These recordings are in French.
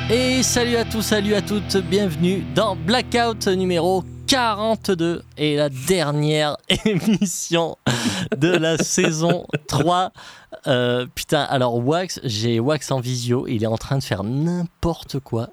Et salut à tous, salut à toutes, bienvenue dans Blackout numéro 42 et la dernière émission de la saison 3. Putain, alors Wax, j'ai Wax en visio, il est en train de faire n'importe quoi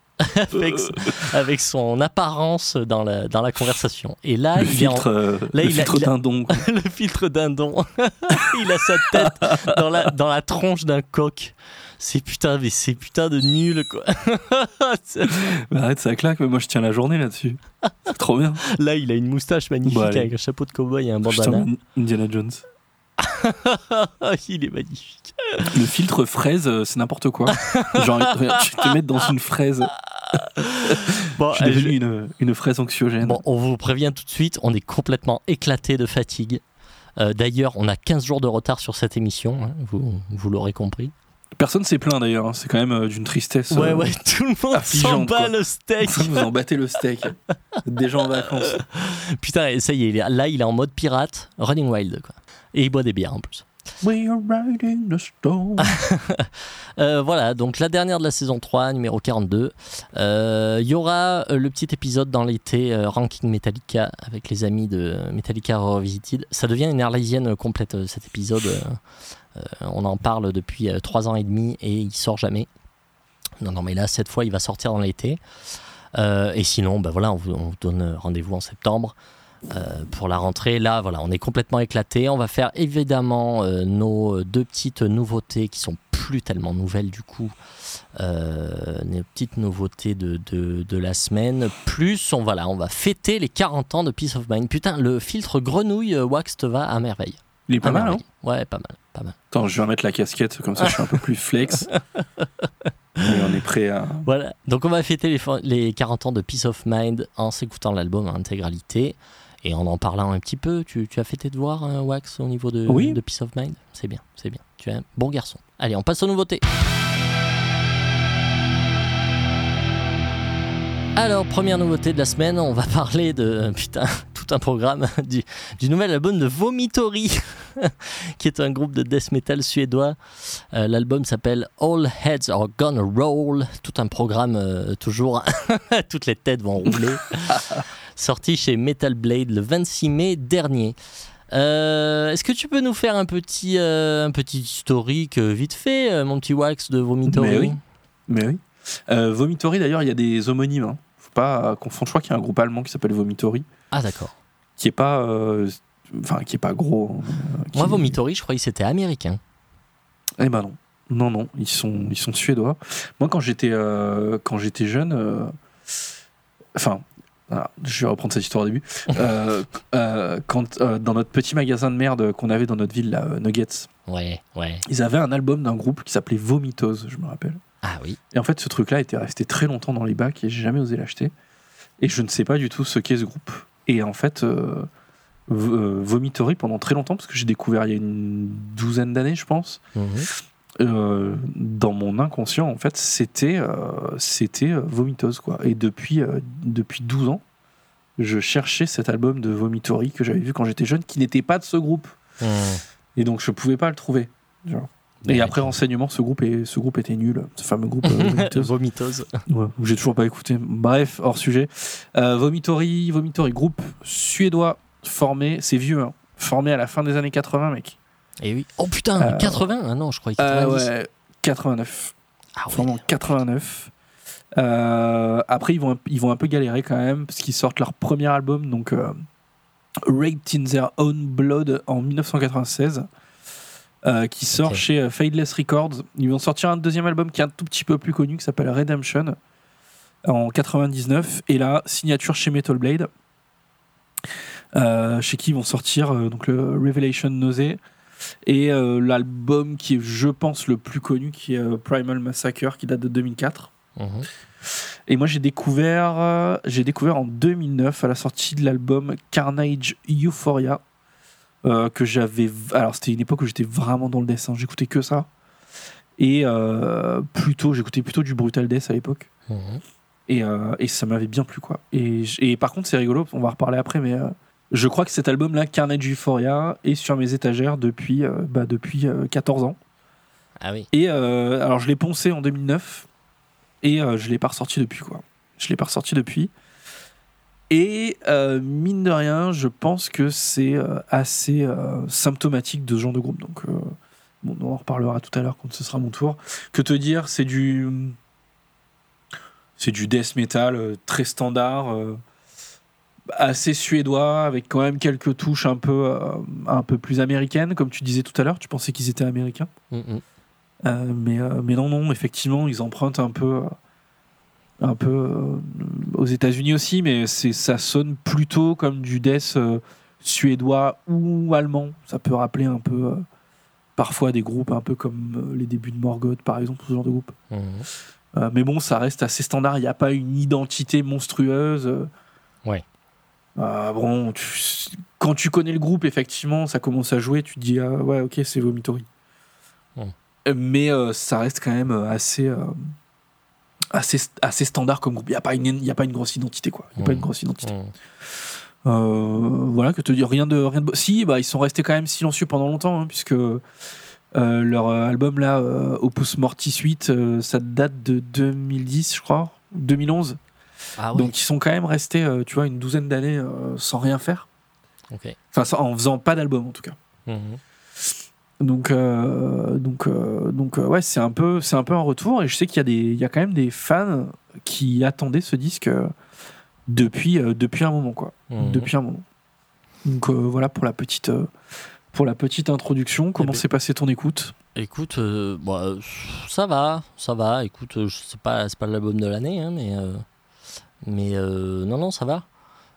avec son apparence dans la conversation. Et là, le filtre dindon. Le filtre dindon. Il a sa tête dans la tronche d'un coq. C'est putain de nul, quoi. Arrête, ça claque, mais moi je tiens la journée là-dessus. C'est trop bien. Là, il a une moustache magnifique avec un chapeau de cow-boy et un bandana. Indiana Jones. Il est magnifique. Le filtre fraise, c'est n'importe quoi. Genre, tu te mets dans une fraise. Bon, je suis devenu une fraise anxiogène. Bon, on vous prévient tout de suite, on est complètement éclaté de fatigue. D'ailleurs, on a 15 jours de retard sur cette émission, hein, vous l'aurez compris. Personne s'est plaint d'ailleurs, hein. C'est quand même d'une tristesse. Ouais, tout le monde s'en bat le steak. Vous en battez le steak. Vous êtes déjà en vacances. Putain, ça y est, là il est en mode pirate, running wild, quoi. Et il boit des bières en plus. We are riding the storm. Voilà, donc la dernière de la saison 3, numéro 42. Il y aura le petit épisode dans l'été, Ranking Metallica, avec les amis de Metallica Revisited. Ça devient une arlésienne complète, cet épisode. On en parle depuis 3 ans et demi et il sort jamais. Non, mais là, cette fois, il va sortir dans l'été. Et sinon, voilà, on vous donne rendez-vous en septembre. Pour la rentrée, là voilà, on est complètement éclaté. On va faire évidemment nos 2 petites nouveautés qui sont plus tellement nouvelles du coup, nos petites nouveautés de la semaine. Plus on va fêter les 40 ans de Peace of Mind. Putain, le filtre grenouille Wax te va à merveille. Il est pas mal, hein? Ouais, pas mal. Attends, je vais remettre la casquette comme ça, je suis un peu plus flex. Et on est prêt à. Voilà, donc on va fêter les 40 ans de Peace of Mind en s'écoutant l'album en intégralité. Et en parlant un petit peu, tu as fait tes devoirs, Wax, au niveau de Peace of Mind? C'est bien. Tu es un bon garçon. Allez, on passe aux nouveautés. Alors, première nouveauté de la semaine, on va parler de, tout un programme du nouvel album de Vomitory, qui est un groupe de death metal suédois. L'album s'appelle All Heads Are Gonna Roll. Tout un programme, toujours, toutes les têtes vont rouler. Sorti chez Metal Blade le 26 mai dernier. Est-ce que tu peux nous faire un petit historique vite fait, mon petit Wax, de Vomitory? Mais oui. Vomitory, d'ailleurs, il y a des homonymes. Hein. Faut pas confondre. Je crois qu'il y a un groupe allemand qui s'appelle Vomitory. Ah, d'accord. Qui est pas gros. Moi, Vomitory, je croyais que c'était américain. Eh ben non. Non, ils sont suédois. Moi, quand j'étais jeune, alors, je vais reprendre cette histoire au début. Quand dans notre petit magasin de merde qu'on avait dans notre ville, là, Nuggets, ouais. Ils avaient un album d'un groupe qui s'appelait Vomitose, je me rappelle. Ah oui. Et en fait, ce truc-là était resté très longtemps dans les bacs et j'ai jamais osé l'acheter. Et je ne sais pas du tout ce qu'est ce groupe. Et en fait, Vomitory pendant très longtemps, parce que j'ai découvert il y a une 12aine d'années, je pense. Dans mon inconscient, en fait, c'était Vomitose, quoi. Et depuis 12 ans, je cherchais cet album de Vomitory que j'avais vu quand j'étais jeune, qui n'était pas de ce groupe. Et donc, je pouvais pas le trouver. Genre. Et après renseignement, ce groupe était nul, ce fameux groupe Vomitose. Ouais, j'ai toujours pas écouté. Bref, hors sujet. Vomitory, groupe suédois formé, c'est vieux, hein, formé à la fin des années 80, mec. Et oui. Oh putain, 80? Ah non, je croyais 90. Ouais, 89. Ah ouais. Vraiment 89. Après, ils vont un peu galérer quand même, parce qu'ils sortent leur premier album, donc Raped in Their Own Blood en 1996. Qui sort chez Fadeless Records. Ils vont sortir un deuxième album qui est un tout petit peu plus connu, qui s'appelle Redemption, en 99. Et là, signature chez Metal Blade, chez qui ils vont sortir donc le Revelation Nausea et l'album qui est, je pense, le plus connu, qui est Primal Massacre, qui date de 2004. Et moi, j'ai découvert en 2009 à la sortie de l'album Carnage Euphoria. Que j'avais. Alors, c'était une époque où j'étais vraiment dans le death, hein. J'écoutais que ça. Et j'écoutais plutôt du Brutal Death à l'époque. Et ça m'avait bien plu, quoi. Et par contre, c'est rigolo, on va en reparler après, mais je crois que cet album-là, Carnage Euphoria, est sur mes étagères depuis 14 ans. Ah oui. Et alors, je l'ai poncé en 2009. et je l'ai pas ressorti depuis, quoi. Je l'ai pas ressorti depuis. Et mine de rien, je pense que c'est assez symptomatique de ce genre de groupe. Donc, bon, on en reparlera tout à l'heure quand ce sera mon tour. Que te dire, c'est du death metal très standard, assez suédois, avec quand même quelques touches un peu plus américaines, comme tu disais tout à l'heure. Tu pensais qu'ils étaient américains. Mais non, effectivement, ils empruntent un peu aux États-Unis aussi, mais ça sonne plutôt comme du death suédois ou allemand. Ça peut rappeler un peu parfois des groupes un peu comme les débuts de Morgoth, par exemple, ce genre de groupe. Mais bon, ça reste assez standard. Il n'y a pas une identité monstrueuse. Ouais. Bon, quand tu connais le groupe, effectivement, ça commence à jouer. Tu te dis, ouais, ok, c'est Vomitory. Mais ça reste quand même assez standard comme groupe. Il n'y a pas une grosse identité, quoi. Il n'y a pas une grosse identité. Voilà, que te dire, rien de beau. Si, ils sont restés quand même silencieux pendant longtemps, hein, puisque leur album là, Opus Mortis 8, ça date de 2010, je crois, 2011. Ah, oui. Donc ils sont quand même restés, tu vois, une douzaine d'années sans rien faire. Okay. Enfin, en faisant pas d'album en tout cas. Donc ouais, c'est un peu un retour, et je sais qu'il y a quand même des fans qui attendaient ce disque depuis un moment, quoi. Depuis un moment. Donc voilà pour la petite introduction. Comment s'est passée ton écoute ? Écoute, ça va. Écoute, c'est pas l'album de l'année, hein, mais non, ça va.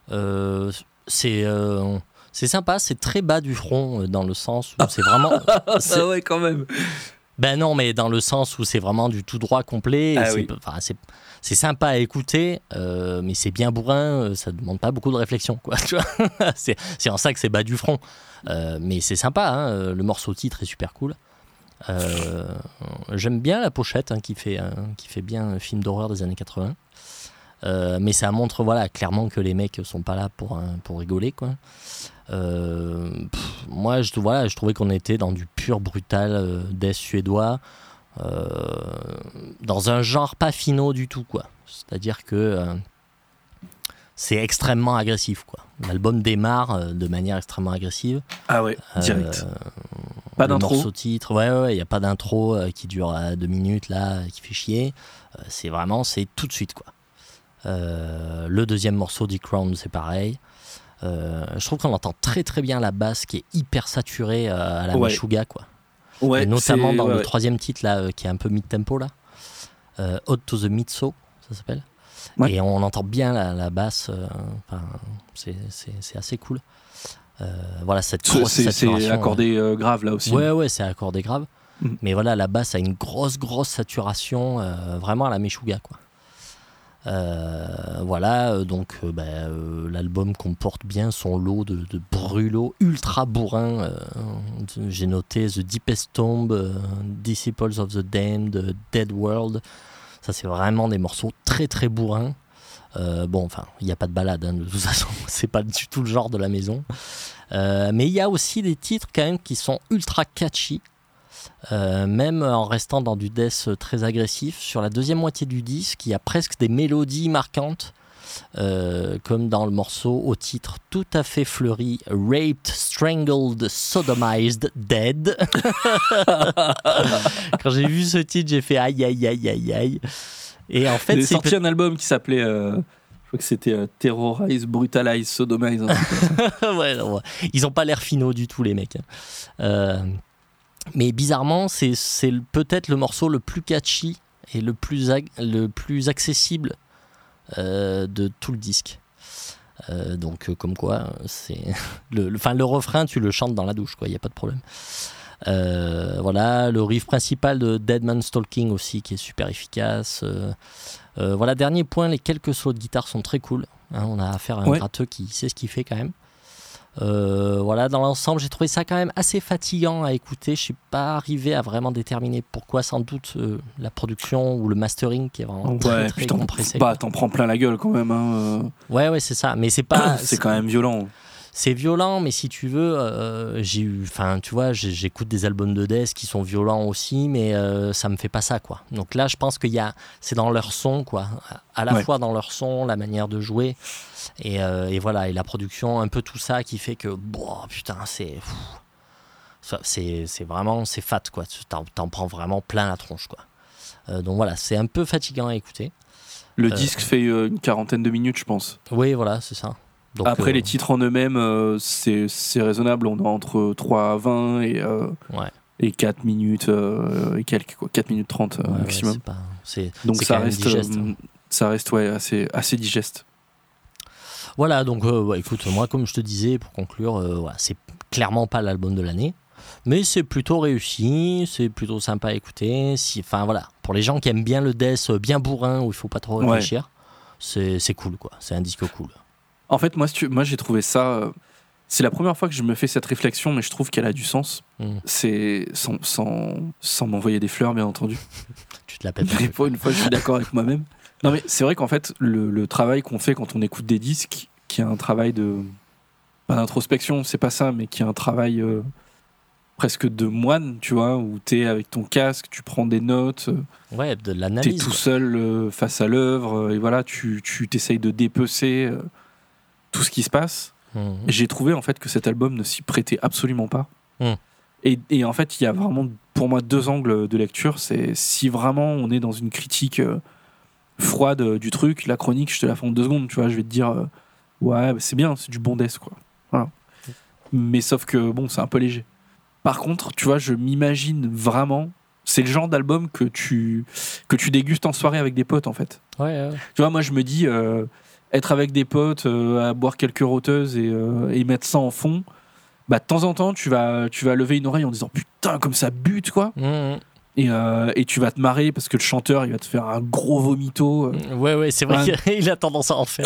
C'est sympa, c'est très bas du front dans le sens où c'est vraiment. Ah ouais, quand même. Ben non, mais dans le sens où c'est vraiment du tout droit complet. Oui. C'est sympa à écouter, mais c'est bien bourrin, ça demande pas beaucoup de réflexion, quoi. Tu vois, c'est en ça que c'est bas du front. Mais c'est sympa, hein, le morceau titre est super cool. J'aime bien la pochette, hein, qui fait bien un film d'horreur des années 80. Mais ça montre, voilà, clairement que les mecs sont pas là pour rigoler, quoi. Moi, je trouvais qu'on était dans du pur brutal death suédois, dans un genre pas finaux du tout, quoi. C'est-à-dire que c'est extrêmement agressif, quoi. L'album démarre de manière extrêmement agressive. Ah ouais, direct. Pas d'intro. Le morceau titre, ouais, il y a pas d'intro qui dure 2 minutes là, qui fait chier. C'est tout de suite, quoi. Le deuxième morceau, The Crown, c'est pareil. Je trouve qu'on entend très très bien la basse qui est hyper saturée à la Meshuggah, quoi. Ouais, et notamment dans le troisième titre là, qui est un peu mid-tempo là, Ode to the Mitso, ça s'appelle. Ouais. Et on entend bien la basse. C'est assez cool. Voilà, cette grosse saturation. C'est accordé grave là aussi. Ouais, c'est accordé grave. Mais voilà, la basse a une grosse saturation, vraiment à la Meshuggah, quoi. Voilà, donc l'album comporte bien son lot de brûlots ultra bourrins. J'ai noté The Deepest Tomb, Disciples of the Damned, Dead World. Ça, c'est vraiment des morceaux très très bourrins. Bon, enfin, il n'y a pas de balade, hein, de toute façon, c'est pas du tout le genre de la maison. Mais il y a aussi des titres quand même qui sont ultra catchy. Même en restant dans du death très agressif. Sur la deuxième moitié du disque, il y a presque des mélodies marquantes, comme dans le morceau au titre tout à fait fleuri, Raped, Strangled, Sodomized, Dead. Quand j'ai vu ce titre, j'ai fait aïe aïe aïe aïe aïe. Et en fait, c'est sorti un album qui s'appelait je crois que c'était Terrorize, Brutalize, Sodomize. Ouais. Ils ont pas l'air finaux du tout, les mecs. Mais bizarrement, c'est peut-être le morceau le plus catchy et le plus accessible de tout le disque. Donc, comme quoi, c'est le refrain, tu le chantes dans la douche, quoi. Il y a pas de problème. Voilà, le riff principal de Dead Man's Talking aussi, qui est super efficace. Voilà, dernier point, les quelques solos de guitare sont très cool. Hein, on a affaire à un gratteux qui sait ce qu'il fait quand même. Voilà, dans l'ensemble, j'ai trouvé ça quand même assez fatigant à écouter. Je suis pas arrivé à vraiment déterminer pourquoi. Sans doute la production ou le mastering qui est vraiment très compressé. T'en prends plein la gueule quand même. Hein. Ouais, c'est ça. Mais c'est pas. C'est quand même violent. c'est violent, mais si tu veux, j'écoute des albums de death qui sont violents aussi, mais ça me fait pas ça, quoi. Donc là, je pense c'est dans leur son, quoi. À la fois dans leur son, la manière de jouer, et voilà, et la production, un peu tout ça qui fait que, putain, c'est vraiment, c'est fat, quoi. T'en prends vraiment plein la tronche, quoi. Donc voilà, c'est un peu fatigant à écouter. Le disque fait une 40aine de minutes, je pense. Oui, voilà, c'est ça. Donc, après, les titres en eux-mêmes, c'est raisonnable. On est entre 3 à 20 et 4 minutes et quelques, quoi. 4 minutes 30 maximum. Donc ça reste, digeste, ça reste assez digeste. Voilà, donc écoute, moi, comme je te disais, pour conclure, c'est clairement pas l'album de l'année. Mais c'est plutôt réussi, c'est plutôt sympa à écouter. Enfin voilà, pour les gens qui aiment bien le death bien bourrin où il faut pas trop réfléchir, c'est cool, quoi. C'est un disque cool. En fait, moi j'ai trouvé ça. C'est la première fois que je me fais cette réflexion, mais je trouve qu'elle a du sens. C'est sans m'envoyer des fleurs, bien entendu. Tu te la pètes. Mais pour une fois, je suis d'accord avec moi-même. Non, mais c'est vrai qu'en fait, le travail qu'on fait quand on écoute des disques, qui est un travail pas d'introspection, c'est pas ça, mais qui est un travail presque de moine, tu vois, où t'es avec ton casque, tu prends des notes, de l'analyse, t'es tout seul face à l'œuvre, et voilà, tu t'essayes de dépecer tout ce qui se passe. J'ai trouvé en fait que cet album ne s'y prêtait absolument pas. Et en fait, il y a vraiment pour moi 2 angles de lecture. C'est si vraiment on est dans une critique froide du truc, la chronique, je te la fais en 2 secondes, tu vois, je vais te dire ouais, c'est bien, c'est du bon death, quoi. Voilà. Mais sauf que bon, c'est un peu léger. Par contre, tu vois, je m'imagine vraiment. C'est le genre d'album que tu dégustes en soirée avec des potes, en fait. Ouais. Tu vois, moi, je me dis, être avec des potes, à boire quelques roteuses et mettre ça en fond, bah, de temps en temps, tu vas lever une oreille en disant putain, comme ça bute, quoi. Et tu vas te marrer parce que le chanteur, il va te faire un gros vomito. Ouais, c'est vrai qu'il a tendance à en faire.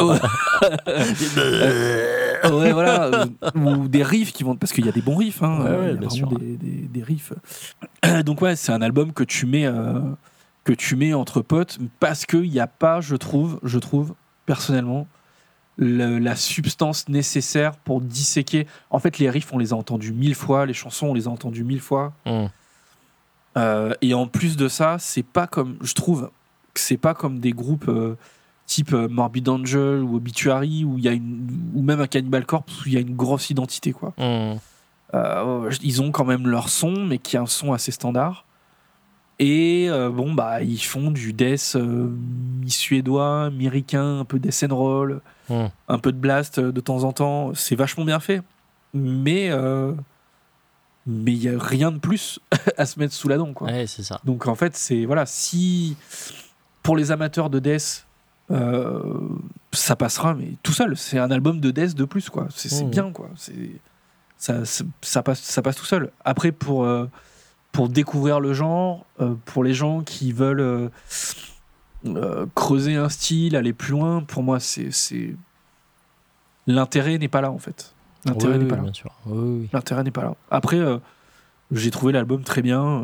Ouais, voilà. Ou des riffs qui vont. Parce qu'il y a des bons riffs, hein. Ouais, il y a bien sûr. des riffs. Donc, ouais, c'est un album que tu mets entre potes parce qu'il n'y a pas, je trouve, personnellement, la substance nécessaire pour disséquer. En fait, les riffs, on les a entendus 1000 fois, les chansons, on les a entendues 1000 fois. Et en plus de ça, c'est pas comme, je trouve, que c'est pas comme des groupes type Morbid Angel ou Obituary ou même un Cannibal Corpse où il y a une grosse identité, quoi. Ils ont quand même leur son, mais qui est un son assez standard. Et ils font du death mi-suédois, mi-ricain, un peu death and roll, un peu de blast de temps en temps. C'est vachement bien fait, mais il y a rien de plus à se mettre sous la dent, quoi. Ouais, c'est ça. Donc en fait, c'est voilà, si pour les amateurs de death, ça passera, mais tout seul, c'est un album de death de plus, quoi. C'est bien, quoi. Ça passe tout seul. Après, pour découvrir le genre, pour les gens qui veulent creuser un style, aller plus loin, pour moi, c'est l'intérêt n'est pas là, en fait. L'intérêt n'est pas là. Bien sûr. Oui. L'intérêt n'est pas là. Après, j'ai trouvé l'album très bien.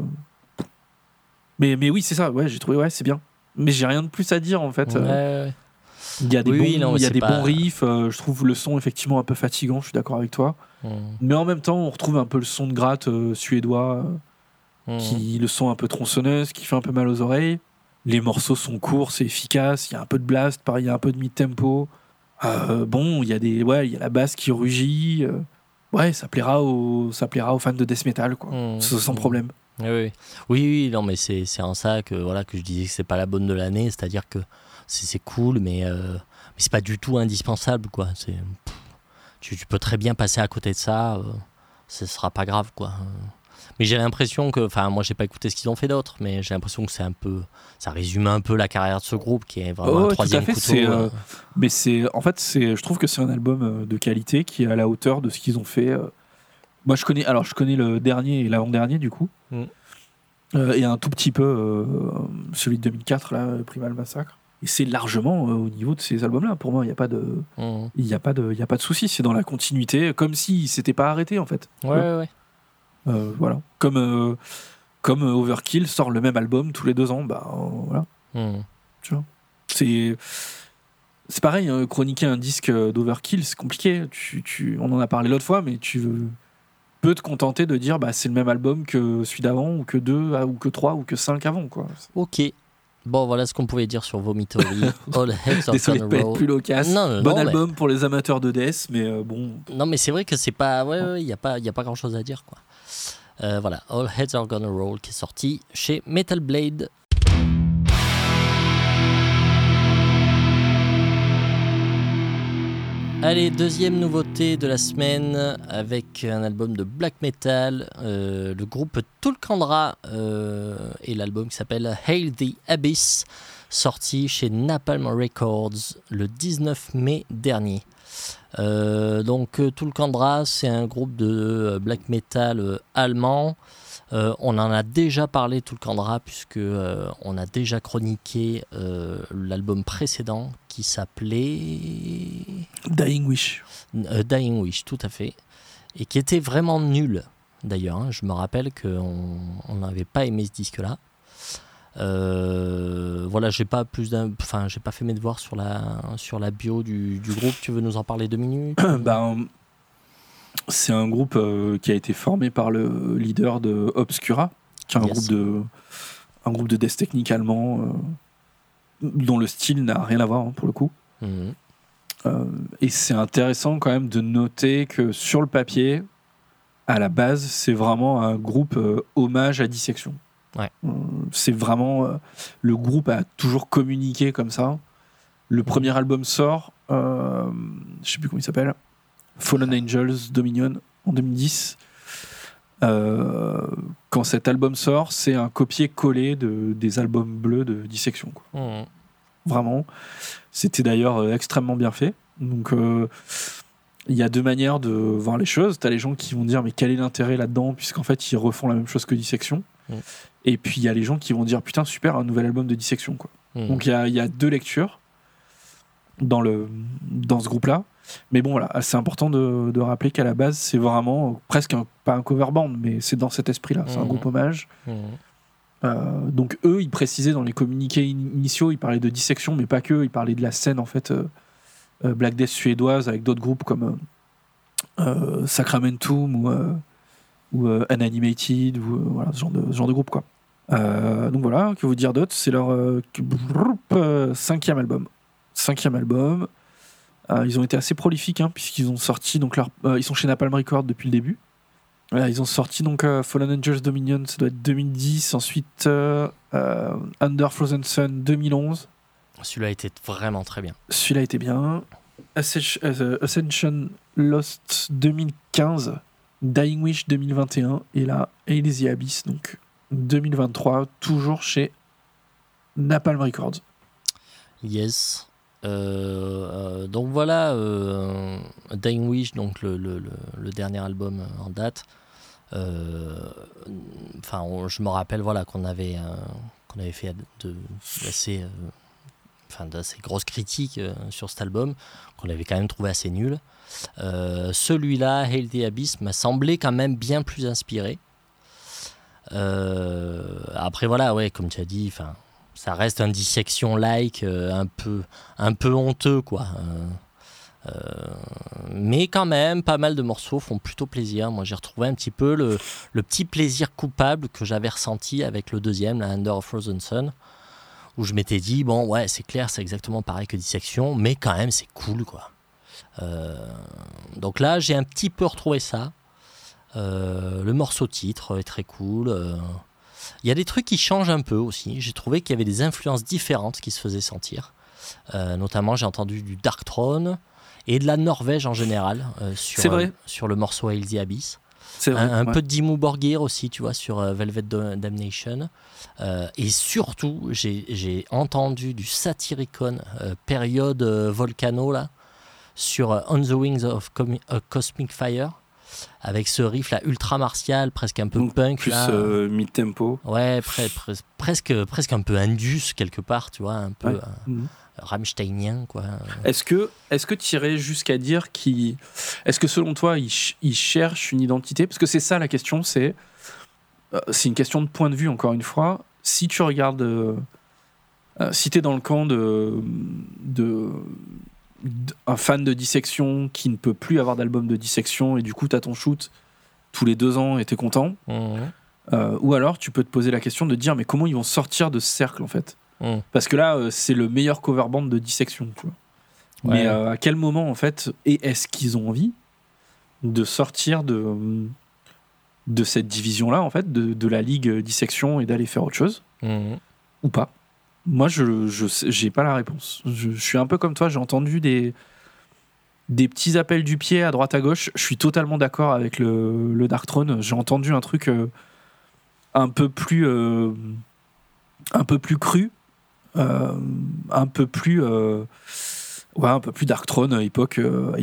Mais oui, c'est ça. Ouais, j'ai trouvé, ouais, c'est bien. Mais j'ai rien de plus à dire, en fait. Ouais. Il y a des bons riffs. Je trouve le son effectivement un peu fatigant. Je suis d'accord avec toi. Mais en même temps, on retrouve un peu le son de gratte suédois, le son un peu tronçonneuse, qui fait un peu mal aux oreilles. Les morceaux sont courts, c'est efficace. Il y a un peu de blast, pareil, il y a un peu de mid-tempo. Il y a la basse qui rugit. Ça plaira aux fans de death metal, quoi. Sans problème. Oui, non, mais c'est en ça que je disais que c'est pas la bonne de l'année, c'est-à-dire que c'est cool, mais c'est pas du tout indispensable, quoi. Tu peux très bien passer à côté de ça, ce sera pas grave, quoi. Mais j'ai l'impression que, enfin, moi j'ai pas écouté ce qu'ils ont fait d'autre, mais j'ai l'impression que ça résume un peu la carrière de ce groupe qui est vraiment un troisième couteau. Mais je trouve que c'est un album de qualité qui est à la hauteur de ce qu'ils ont fait. Moi je connais le dernier et l'avant-dernier du coup, et un tout petit peu celui de 2004 là, Primal Massacre. Et c'est largement au niveau de ces albums-là. Pour moi, il y a pas de souci. C'est dans la continuité, comme si c'était pas arrêté en fait. Ouais. Voilà. Comme Overkill sort le même album tous les 2 ans, voilà. Tu vois. C'est pareil, chroniquer un disque d'Overkill, c'est compliqué. On en a parlé l'autre fois, mais tu peux te contenter de dire c'est le même album que celui d'avant, ou que 2, ou que 3, ou que 5 avant, quoi. Ok. Bon, voilà ce qu'on pouvait dire sur Vomitory. All Heads Are Désolé de Gonna pas être Roll. plus loquace. Non, Bon album pour les amateurs de death, mais bon. Non, mais c'est vrai que c'est pas. Ouais, il y a pas grand chose à dire, quoi. Voilà, All Heads Are Gonna Roll qui est sorti chez Metal Blade. Allez, deuxième nouveauté de la semaine avec un album de black metal, le groupe Tulkandra et l'album qui s'appelle Hail the Abyss, sorti chez Napalm Records le 19 mai dernier. Donc Tulkandra, c'est un groupe de black metal allemand. On en a déjà parlé Tulkandra puisque on a déjà chroniqué l'album précédent qui s'appelait Dying Wish. Dying Wish, tout à fait, et qui était vraiment nul d'ailleurs, hein. Je me rappelle qu'on n'avait pas aimé ce disque-là. Voilà, j'ai pas fait mes devoirs sur la bio du groupe. Tu veux nous en parler 2 minutes? C'est un groupe qui a été formé par le leader de Obscura, qui est un groupe de death technique allemand dont le style n'a rien à voir, hein, pour le coup. Et c'est intéressant quand même de noter que sur le papier, à la base, c'est vraiment un groupe hommage à Dissection. Ouais. C'est vraiment le groupe a toujours communiqué comme ça. Le premier album sort, je sais plus comment il s'appelle, Fallen Angels Dominion en 2010. Quand cet album sort, c'est un copier-coller des albums bleus de Dissection, quoi. Vraiment. C'était d'ailleurs extrêmement bien fait. Donc il y a 2 manières de voir les choses. T'as les gens qui vont dire mais quel est l'intérêt là-dedans, puisqu'en fait ils refont la même chose que Dissection. Et puis il y a les gens qui vont dire putain super, un nouvel album de Dissection, quoi. Donc il y a 2 lectures dans ce groupe-là. Mais bon, voilà, c'est important de rappeler qu'à la base, c'est vraiment presque pas un cover band, mais c'est dans cet esprit-là. C'est un groupe hommage. Donc eux, ils précisaient dans les communiqués initiaux, ils parlaient de Dissection, mais pas que. Ils parlaient de la scène en fait Black Death suédoise avec d'autres groupes comme Sacramentum ou Unanimated, ou voilà, ce genre de groupe, quoi. Donc voilà, que vous dire d'autre, c'est leur 5e album. 5e album. Ils ont été assez prolifiques, hein, puisqu'ils ont sorti donc ils sont chez Napalm Records depuis le début. Ils ont sorti donc Fallen Angels Dominion, ça doit être 2010. Ensuite Under Frozen Sun 2011. Celui-là était vraiment très bien. Celui-là était bien. Ascension Lost 2015. Dying Wish 2021. Et là, Hail the Abyss, donc 2023, toujours chez Napalm Records. Yes. Donc voilà, Dying Wish, donc le dernier album en date. Je me rappelle, voilà, qu'on avait fait d'assez grosses critiques sur cet album, qu'on avait quand même trouvé assez nul. Celui-là, Hail the Abyss, m'a semblé quand même bien plus inspiré. Après voilà, ouais, comme tu as dit, ça reste un Dissection-like un peu honteux, quoi. Mais quand même, pas mal de morceaux font plutôt plaisir. Moi, j'ai retrouvé un petit peu le petit plaisir coupable que j'avais ressenti avec le deuxième, la Under Frozen Sun, où je m'étais dit, bon, ouais, c'est clair, c'est exactement pareil que Dissection, mais quand même, c'est cool, quoi. Donc là, j'ai un petit peu retrouvé ça. Le morceau titre est très cool. Il y a des trucs qui changent un peu aussi. J'ai trouvé qu'il y avait des influences différentes qui se faisaient sentir. Notamment, j'ai entendu du Dark Throne et de la Norvège en général sur le morceau Hail the Abyss. C'est vrai, un peu de Dimmu Borgir aussi, tu vois, sur Velvet Damnation. Et surtout, j'ai entendu du Satyricon, période Volcano, là, sur On the Wings of Cosmic Fire, avec ce riff là ultra martial, presque un peu donc, punk, plus mid-tempo. Ouais, presque un peu indus quelque part, tu vois, un peu rammsteinien, quoi. Est-ce que tu irais jusqu'à dire est-ce que selon toi il cherche une identité, parce que c'est ça la question, c'est une question de point de vue, encore une fois. Si tu regardes Si t'es dans le camp un fan de dissection qui ne peut plus avoir d'album de dissection et du coup t'as ton shoot tous les 2 ans et t'es content, ou alors tu peux te poser la question de dire mais comment ils vont sortir de ce cercle en fait, parce que là c'est le meilleur cover band de dissection, tu vois. Mais à quel moment en fait, et est-ce qu'ils ont envie de sortir de cette division là en fait, de la ligue dissection et d'aller faire autre chose, ou pas? Moi, j'ai pas la réponse. Je suis un peu comme toi, j'ai entendu des petits appels du pied à droite à gauche. Je suis totalement d'accord avec le Darkthrone. J'ai entendu un truc un peu plus cru, un peu plus Darkthrone, époque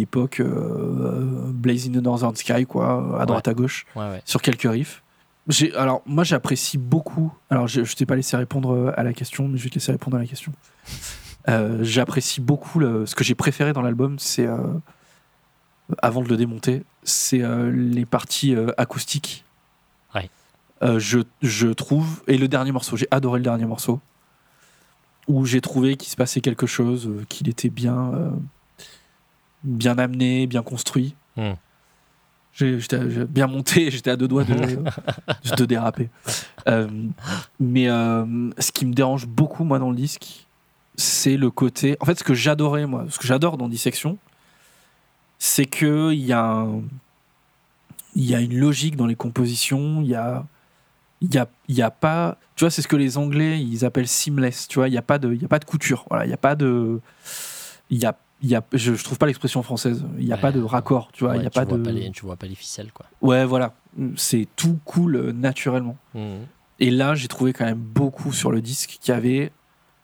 Blazing the Northern Sky, quoi, à droite à gauche, sur quelques riffs. Alors, moi, j'apprécie beaucoup. Alors, je t'ai pas laissé répondre à la question, mais je vais te laisser répondre à la question. J'apprécie beaucoup ce que j'ai préféré dans l'album, c'est avant de le démonter, c'est les parties acoustiques. Ouais. Je trouve, et le dernier morceau, j'ai adoré le dernier morceau, où j'ai trouvé qu'il se passait quelque chose, qu'il était bien amené, bien construit. J'étais bien monté, j'étais à 2 doigts de déraper. Mais ce qui me dérange beaucoup, moi, dans le disque, c'est le côté... En fait, ce que j'adore dans Dissection, c'est qu'il y a une logique dans les compositions, il y a pas... Tu vois, c'est ce que les Anglais, ils appellent seamless, tu vois, il n'y a pas de couture, voilà, il n'y a pas de... je trouve pas l'expression française. Il y a pas de raccord, tu vois. Il y a pas de. Tu vois pas les ficelles, quoi. Ouais, voilà. C'est tout cool naturellement. Et là, j'ai trouvé quand même beaucoup sur le disque qu'il y avait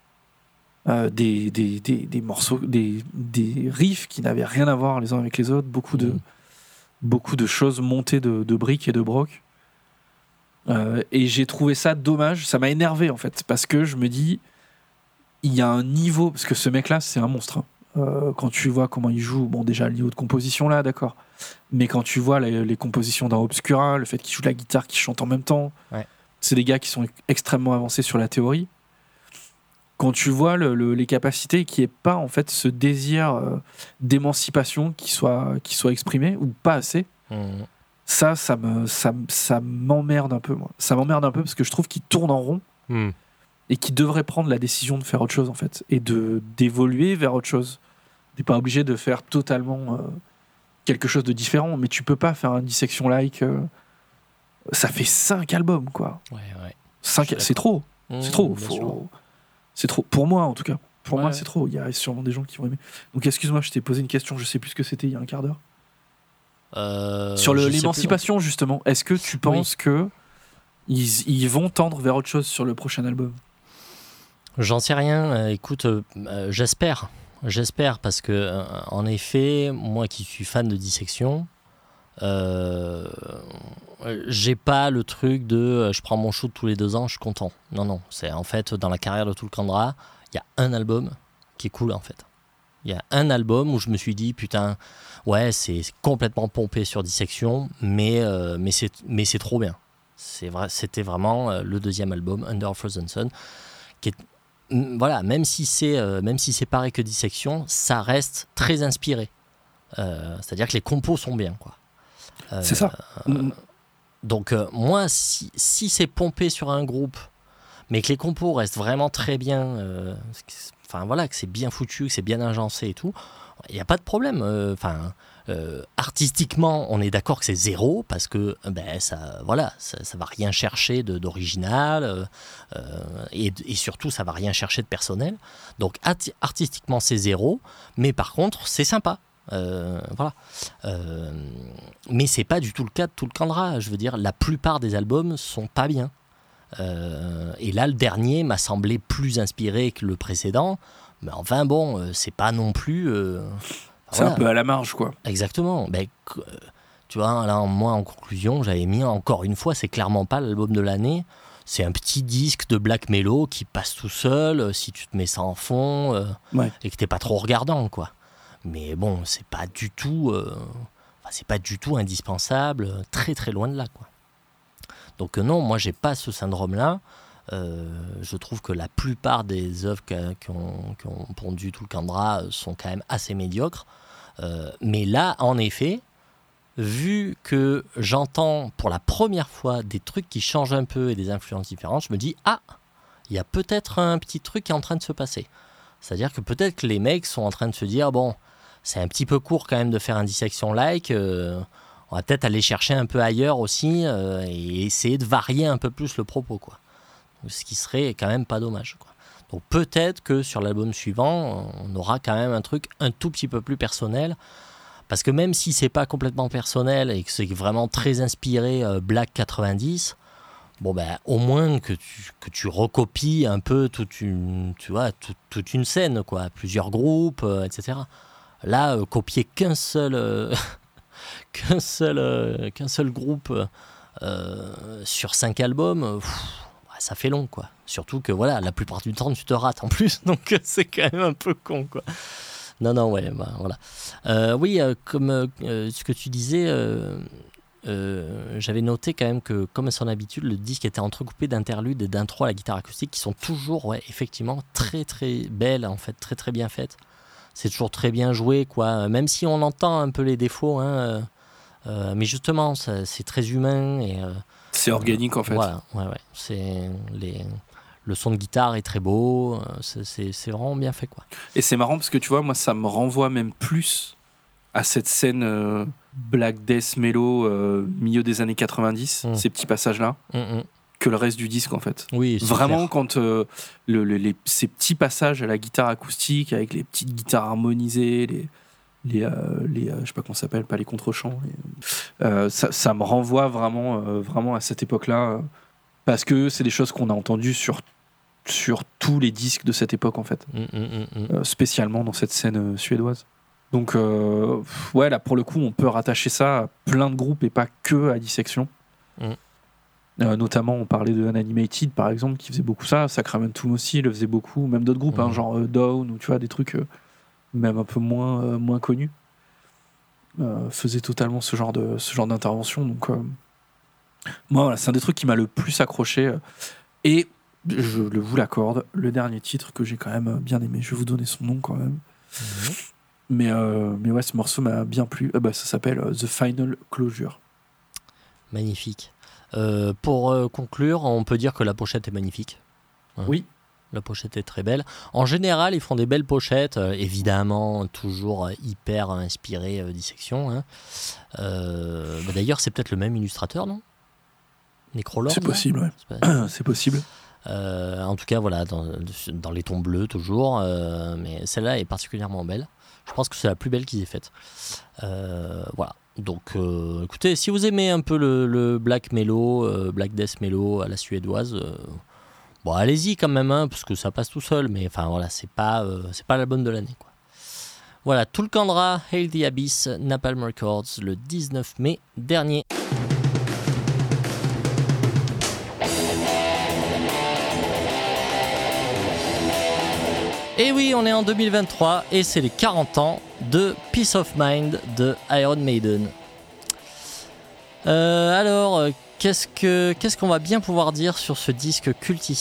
des morceaux, des riffs qui n'avaient rien à voir les uns avec les autres. Beaucoup de choses montées de briques et de brocs. Et j'ai trouvé ça dommage. Ça m'a énervé en fait, parce que je me dis, il y a un niveau, parce que ce mec-là, c'est un monstre. Quand tu vois comment il joue, bon déjà le niveau de composition là, d'accord, mais quand tu vois les compositions dans Obscura, le fait qu'il joue de la guitare, qu'il chante en même temps, c'est des gars qui sont extrêmement avancés sur la théorie. Quand tu vois les capacités, qu'il n'y ait pas en fait ce désir d'émancipation qui soit exprimé ou pas assez, ça m'emmerde un peu, moi. Ça m'emmerde un peu parce que je trouve qu'il tourne en rond. Et qui devrait prendre la décision de faire autre chose en fait, et d'évoluer vers autre chose. T'es pas obligé de faire totalement quelque chose de différent, mais tu peux pas faire un Dissection like. Ça fait 5 albums, quoi. Ouais. 5, c'est trop. C'est trop. C'est trop. Pour moi, en tout cas. Pour moi, c'est trop. Il y a sûrement des gens qui vont aimer. Donc, excuse-moi, je t'ai posé une question. Je sais plus ce que c'était il y a un quart d'heure. Sur l'émancipation, justement. Est-ce que tu penses que ils vont tendre vers autre chose sur le prochain album? J'en sais rien. Écoute, j'espère parce que en effet, moi qui suis fan de Dissection, j'ai pas le truc de je prends mon shoot tous les 2 ans, je suis content. Non, c'est en fait dans la carrière de Tulkandra, il y a un album qui est cool en fait. Il y a un album où je me suis dit putain, ouais, c'est complètement pompé sur Dissection, mais c'est trop bien. C'est vrai, c'était vraiment le 2e album, Under Frozen Sun, qui est voilà, même si c'est pareil que Dissection, ça reste très inspiré. C'est-à-dire que les compos sont bien, quoi. C'est ça. Donc moi, si c'est pompé sur un groupe, mais que les compos restent vraiment très bien, enfin voilà, que c'est bien foutu, que c'est bien agencé et tout, il n'y a pas de problème. Artistiquement, on est d'accord que c'est 0 parce que ça va rien chercher d'original et surtout ça va rien chercher de personnel. Donc artistiquement c'est 0, mais par contre c'est sympa. Voilà. Mais c'est pas du tout le cas de Tulkandra. Je veux dire, la plupart des albums sont pas bien. Et là, le dernier m'a semblé plus inspiré que le précédent. Mais enfin bon, c'est pas non plus. C'est un peu à la marge, quoi. Exactement. Tu vois, là, moi, en conclusion, j'avais mis encore une fois, c'est clairement pas l'album de l'année. C'est un petit disque de black mellow qui passe tout seul si tu te mets ça en fond et que t'es pas trop regardant, quoi. Mais bon, c'est pas du tout indispensable, très très loin de là, quoi. Donc non, moi j'ai pas ce syndrome-là. Je trouve que la plupart des œuvres qui ont pondu Tulkandra sont quand même assez médiocres. Mais là, en effet, vu que j'entends pour la première fois des trucs qui changent un peu et des influences différentes, je me dis, il y a peut-être un petit truc qui est en train de se passer. C'est-à-dire que peut-être que les mecs sont en train de se dire, bon, c'est un petit peu court quand même de faire un dissection-like, on va peut-être aller chercher un peu ailleurs aussi et essayer de varier un peu plus le propos, quoi. Ce qui serait quand même pas dommage, quoi. Donc peut-être que sur l'album suivant, on aura quand même un truc un tout petit peu plus personnel. Parce que même si c'est pas complètement personnel et que c'est vraiment très inspiré Black 90, bon ben au moins que tu recopies un peu toute une scène, quoi, plusieurs groupes, etc. Là, copier qu'un seul groupe sur 5 albums, ça fait long, quoi. Surtout que voilà, la plupart du temps tu te rates en plus, donc c'est quand même un peu con, quoi. Non, ouais, bah, voilà. Oui, comme ce que tu disais, j'avais noté quand même que, comme à son habitude, le disque était entrecoupé d'interludes et d'intros à la guitare acoustique qui sont toujours, ouais, effectivement, très très belles, en fait, très très bien faites. C'est toujours très bien joué, quoi. Même si on entend un peu les défauts, hein, mais justement, c'est très humain et c'est organique, en fait. Voilà, ouais. Le son de guitare est très beau, c'est vraiment bien fait, quoi. Et c'est marrant parce que tu vois, moi ça me renvoie même plus à cette scène Black Death Mellow milieu des années 90, ces petits passages-là, que le reste du disque, en fait. Oui, vraiment clair. Quand ces petits passages à la guitare acoustique avec les petites guitares harmonisées, les je sais pas comment ça s'appelle, pas les contre-champs, ça me renvoie vraiment à cette époque-là, parce que c'est des choses qu'on a entendues sur tous les disques de cette époque, en fait. Spécialement dans cette scène suédoise. Donc ouais, là pour le coup on peut rattacher ça à plein de groupes et pas que à Dissection. Notamment on parlait de Unanimated par exemple qui faisait beaucoup ça, Sacramentum aussi le faisait beaucoup, même d'autres groupes, hein, genre Down ou tu vois des trucs même un peu moins connus faisaient totalement ce genre d'intervention. Donc moi voilà, c'est un des trucs qui m'a le plus accroché et je vous l'accorde, le dernier titre que j'ai quand même bien aimé, je vais vous donner son nom quand même. Mais ouais, ce morceau m'a bien plu. Ça s'appelle The Final Closure. Magnifique. Pour conclure, on peut dire que la pochette est magnifique. Oui. La pochette est très belle. En général, ils font des belles pochettes, évidemment, toujours hyper inspirées Dissection. Hein. D'ailleurs, c'est peut-être le même illustrateur, non ? Necrolord. C'est possible, ouais. C'est possible. En tout cas, voilà, dans les tons bleus toujours. Mais celle-là est particulièrement belle. Je pense que c'est la plus belle qu'ils aient faite. Voilà. Donc, écoutez, si vous aimez un peu le Black Mellow, Black Death Mellow à la suédoise, bon, allez-y quand même, hein, parce que ça passe tout seul. Mais enfin, voilà, c'est pas l'album de l'année, quoi. Voilà, Tulkandra, Hail the Abyss, Napalm Records, le 19 mai dernier. Et oui, on est en 2023 et c'est les 40 ans de Peace of Mind de Iron Maiden. Alors, qu'est-ce qu'on va bien pouvoir dire sur ce disque cultissime ?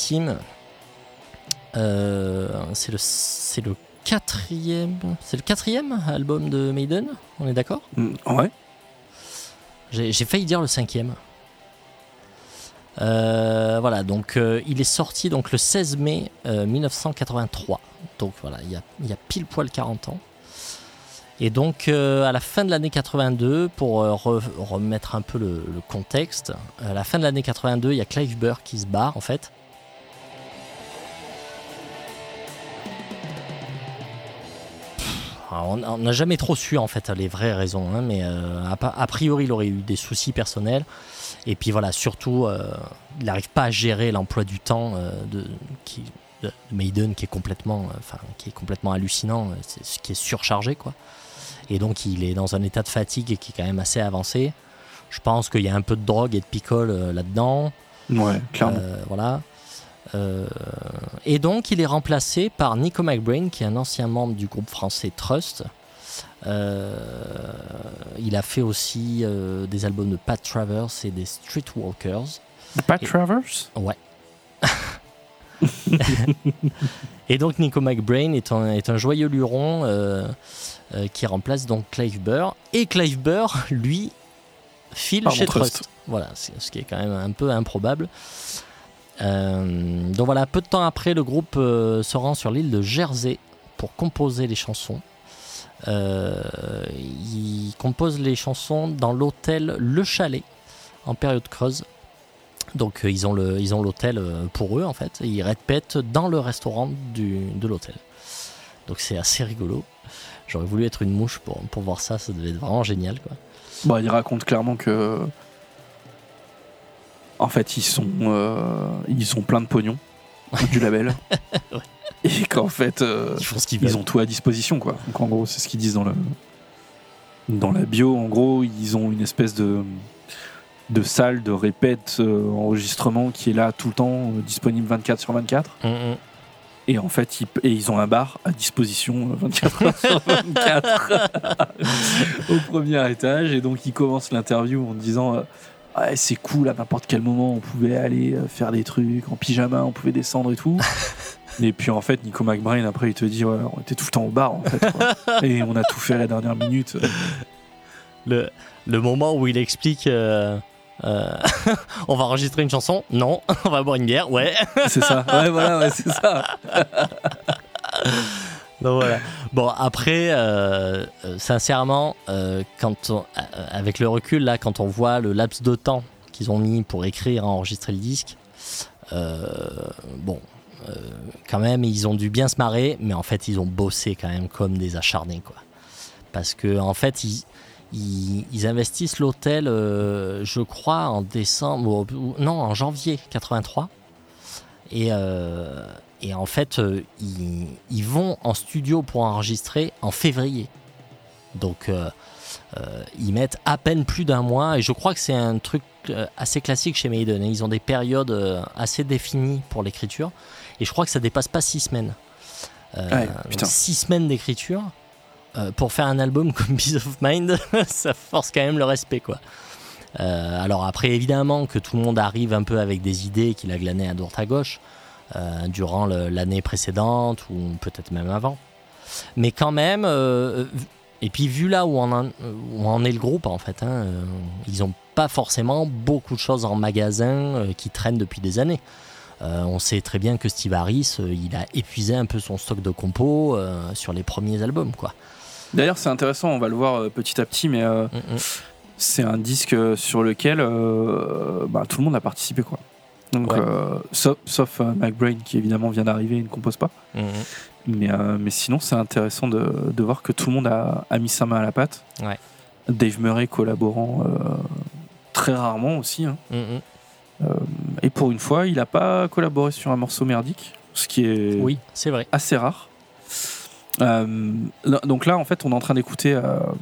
C'est le quatrième album de Maiden, on est d'accord ? Ouais. J'ai failli dire le 5e. Voilà, donc il est sorti donc le 16 mai 1983. Donc voilà, il y a pile poil 40 ans. Et donc à la fin de l'année 82, pour remettre un peu le contexte, à la fin de l'année 82, il y a Clive Burr qui se barre en fait. Alors, on n'a jamais trop su en fait les vraies raisons, hein, mais a priori il aurait eu des soucis personnels. Et puis voilà, surtout, il n'arrive pas à gérer l'emploi du temps de Maiden qui est complètement hallucinant, qui est surchargé, quoi. Et donc il est dans un état de fatigue qui est quand même assez avancé. Je pense qu'il y a un peu de drogue et de picole là-dedans. Ouais, clairement. Voilà. Et donc il est remplacé par Nico McBrain, qui est un ancien membre du groupe français Trust. Il a fait aussi des albums de Pat Travers et des Streetwalkers. Pat Travers ? Ouais. Et donc Nico McBrain est un joyeux luron qui remplace donc Clive Burr. Et Clive Burr, lui, file chez Trust. Voilà, ce qui est quand même un peu improbable. Donc voilà, peu de temps après, le groupe se rend sur l'île de Jersey pour composer les chansons. Ils composent les chansons dans l'hôtel Le Chalet en période creuse. Donc ils ont l'hôtel pour eux en fait. Et ils répètent dans le restaurant de l'hôtel. Donc c'est assez rigolo. J'aurais voulu être une mouche pour voir ça. Ça devait être vraiment génial, quoi. Bah, il raconte clairement que en fait ils sont plein de pognon du label. Ouais. Et qu'en fait ils ont tout à disposition, quoi. Donc en gros c'est ce qu'ils disent dans la bio. En gros ils ont une espèce de salle de répète enregistrement qui est là tout le temps, disponible 24/24. Et en fait ils ont un bar à disposition 24/24 au premier étage. Et donc ils commencent l'interview en disant ouais, c'est cool, à n'importe quel moment on pouvait aller faire des trucs en pyjama, on pouvait descendre et tout. Et puis en fait Nico McBrain après il te dit ouais, on était tout le temps au bar en fait, quoi. Et on a tout fait à la dernière minute. Le moment où il explique on va enregistrer une chanson, non, on va boire une bière, ouais. C'est ça, ouais voilà, ouais, c'est ça. Donc voilà. Bon après sincèrement avec le recul là, quand on voit le laps de temps qu'ils ont mis pour écrire, enregistrer le disque, quand même ils ont dû bien se marrer, mais en fait ils ont bossé quand même comme des acharnés, quoi. Parce que en fait ils investissent l'hôtel, je crois, en janvier 83. Et en fait, ils vont en studio pour enregistrer en février. Donc, ils mettent à peine plus d'un mois. Et je crois que c'est un truc assez classique chez Maiden. Ils ont des périodes assez définies pour l'écriture. Et je crois que ça dépasse pas 6 semaines. 6 semaines d'écriture. Pour faire un album comme Peace of Mind, ça force quand même le respect, quoi. Alors après, évidemment que tout le monde arrive un peu avec des idées qu'il a glanées à droite à gauche durant l'année précédente ou peut-être même avant. Mais quand même, et puis vu là où on en est le groupe en fait, ils n'ont pas forcément beaucoup de choses en magasin qui traînent depuis des années. On sait très bien que Steve Harris, il a épuisé un peu son stock de compos sur les premiers albums, quoi. D'ailleurs, c'est intéressant, on va le voir petit à petit, mais c'est un disque sur lequel tout le monde a participé, quoi. Donc, sauf McBrain qui évidemment vient d'arriver et ne compose pas. Mais sinon, c'est intéressant de voir que tout le monde a mis sa main à la pâte. Ouais. Dave Murray collaborant très rarement aussi. Et pour une fois, il n'a pas collaboré sur un morceau merdique, ce qui est, c'est vrai, assez rare. Donc là, en fait, on est en train d'écouter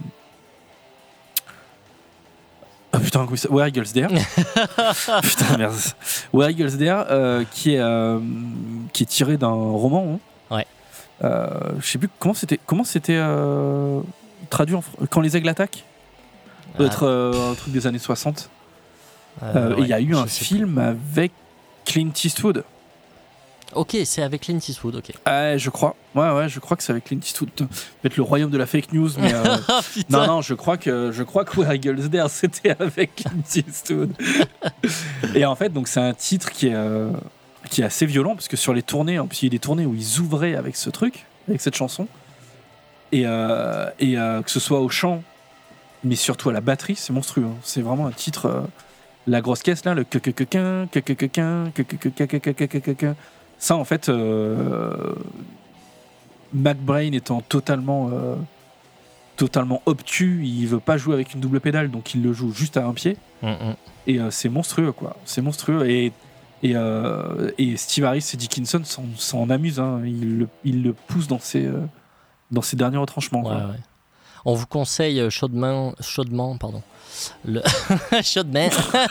Where Eagles Dare. Putain, merde. Where Eagles Dare, qui est tiré d'un roman. Ouais. Je sais plus comment c'était traduit Quand les aigles attaquent. Peut-être un truc des années 60. Il y a eu un film avec Clint Eastwood. Ok, c'est avec Clint Eastwood, ok. Je crois. Ouais, je crois que c'est avec Clint Eastwood. Peut-être le royaume de la fake news, mais non, je crois que Where Eagles Dare, c'était avec Clint Eastwood. Et en fait, donc c'est un titre qui est assez violent parce que sur les tournées, en plus il y a des tournées où ils ouvraient avec ce truc, avec cette chanson, et que ce soit au chant, mais surtout à la batterie, c'est monstrueux. C'est vraiment un titre. La grosse caisse là, le ça en fait, McBrain étant totalement obtus, il veut pas jouer avec une double pédale, donc il le joue juste à un pied. Et c'est monstrueux, quoi. C'est monstrueux. Et Steve Harris et Dickinson s'en amusent. Il le pousse dans ses derniers retranchements. Quoi. Ouais. On vous conseille chaudement, chaudement.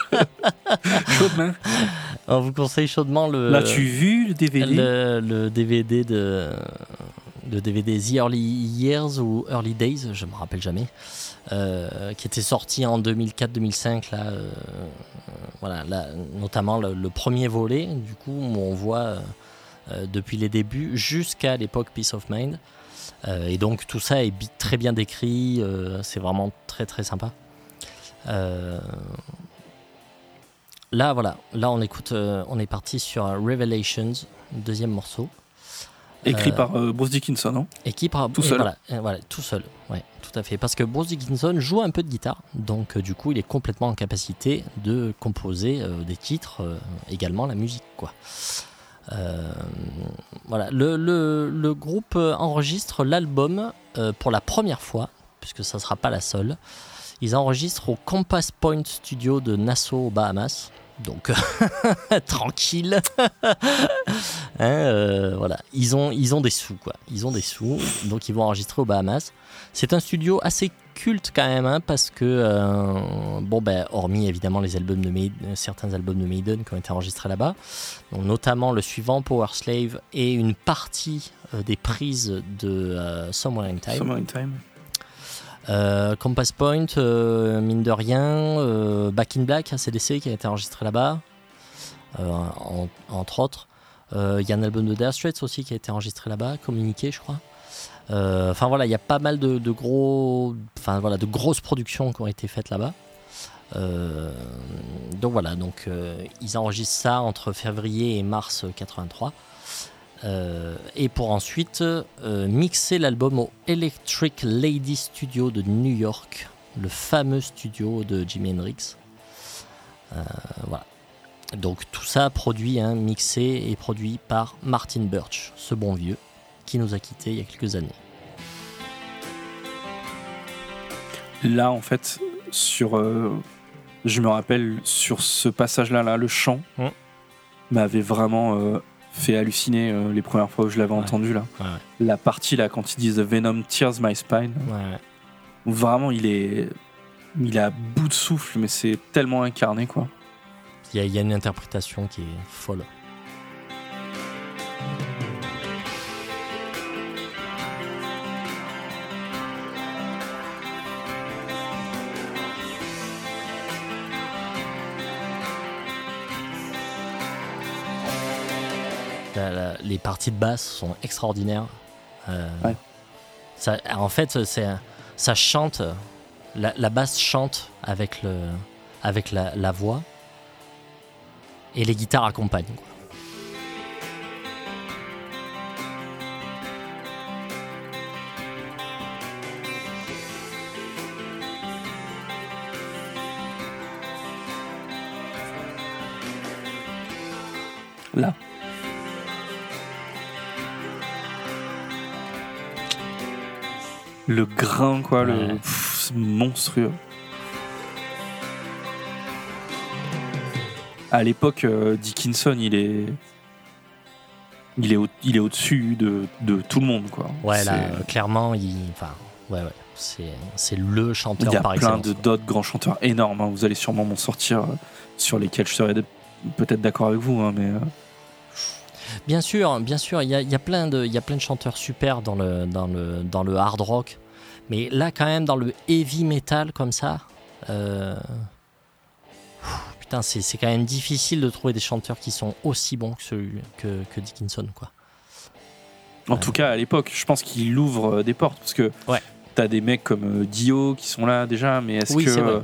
On vous conseille chaudement L'as-tu vu, le DVD le DVD le DVD The Early Years ou Early Days, je me rappelle jamais, qui était sorti en 2004-2005 là, notamment le premier volet, du coup où on voit depuis les débuts jusqu'à l'époque Peace of Mind. Et donc tout ça est très bien décrit, c'est vraiment très très sympa. Là on écoute, on est parti sur Revelations, deuxième morceau. Écrit par Bruce Dickinson, non ? Écrit par tout seul. Voilà, tout seul, ouais, tout à fait. Parce que Bruce Dickinson joue un peu de guitare, donc du coup il est complètement en capacité de composer des titres, également la musique, quoi. Voilà, le groupe enregistre l'album pour la première fois, puisque ça ne sera pas la seule. Ils enregistrent au Compass Point Studio de Nassau, aux Bahamas. Donc, tranquille. Voilà, ils ont des sous, quoi. Ils ont des sous, donc ils vont enregistrer aux Bahamas. C'est un studio assez culte quand même, hein, parce que, hormis évidemment les albums de certains albums de Maiden qui ont été enregistrés là-bas, donc notamment le suivant, Power Slave, et une partie des prises de Somewhere in Time. Compass Point, mine de rien, Back in Black, ACDC qui a été enregistré là-bas, entre autres. Il y a un album de Dire Straits aussi qui a été enregistré là-bas, Communiqué, je crois. Enfin voilà, il y a pas mal de grosses productions qui ont été faites là-bas. Donc voilà, ils enregistrent ça entre février et mars 83. Et pour ensuite mixer l'album au Electric Lady Studio de New York, le fameux studio de Jimi Hendrix. Voilà. Donc tout ça mixé et produit par Martin Birch, ce bon vieux qui nous a quittés il y a quelques années. Là, en fait, je me rappelle sur ce passage-là, le chant m'avait vraiment fait halluciner les premières fois où je l'avais entendu là. Ouais. La partie là quand ils disent Venom tears my spine. Ouais. Vraiment, il est à bout de souffle, mais c'est tellement incarné, quoi. Il y a une interprétation qui est folle. Les parties de basse sont extraordinaires. Ouais. Ça, en fait, ça chante. La basse chante avec la voix et les guitares accompagnent, quoi. Là. Le grain, quoi, ouais. C'est monstrueux. À l'époque, Dickinson, il est au-dessus de tout le monde, quoi. Ouais, là, clairement, c'est le chanteur par excellence. Il y a plein d'autres grands chanteurs énormes, hein. Vous allez sûrement m'en sortir sur lesquels je serais peut-être d'accord avec vous, hein, mais... Bien sûr, il y a plein de chanteurs super dans le hard rock, mais là quand même dans le heavy metal comme ça, putain, c'est quand même difficile de trouver des chanteurs qui sont aussi bons que Dickinson, quoi. En tout cas à l'époque, je pense qu'il ouvre des portes parce que t'as des mecs comme Dio qui sont là déjà, mais est-ce que c'est vrai.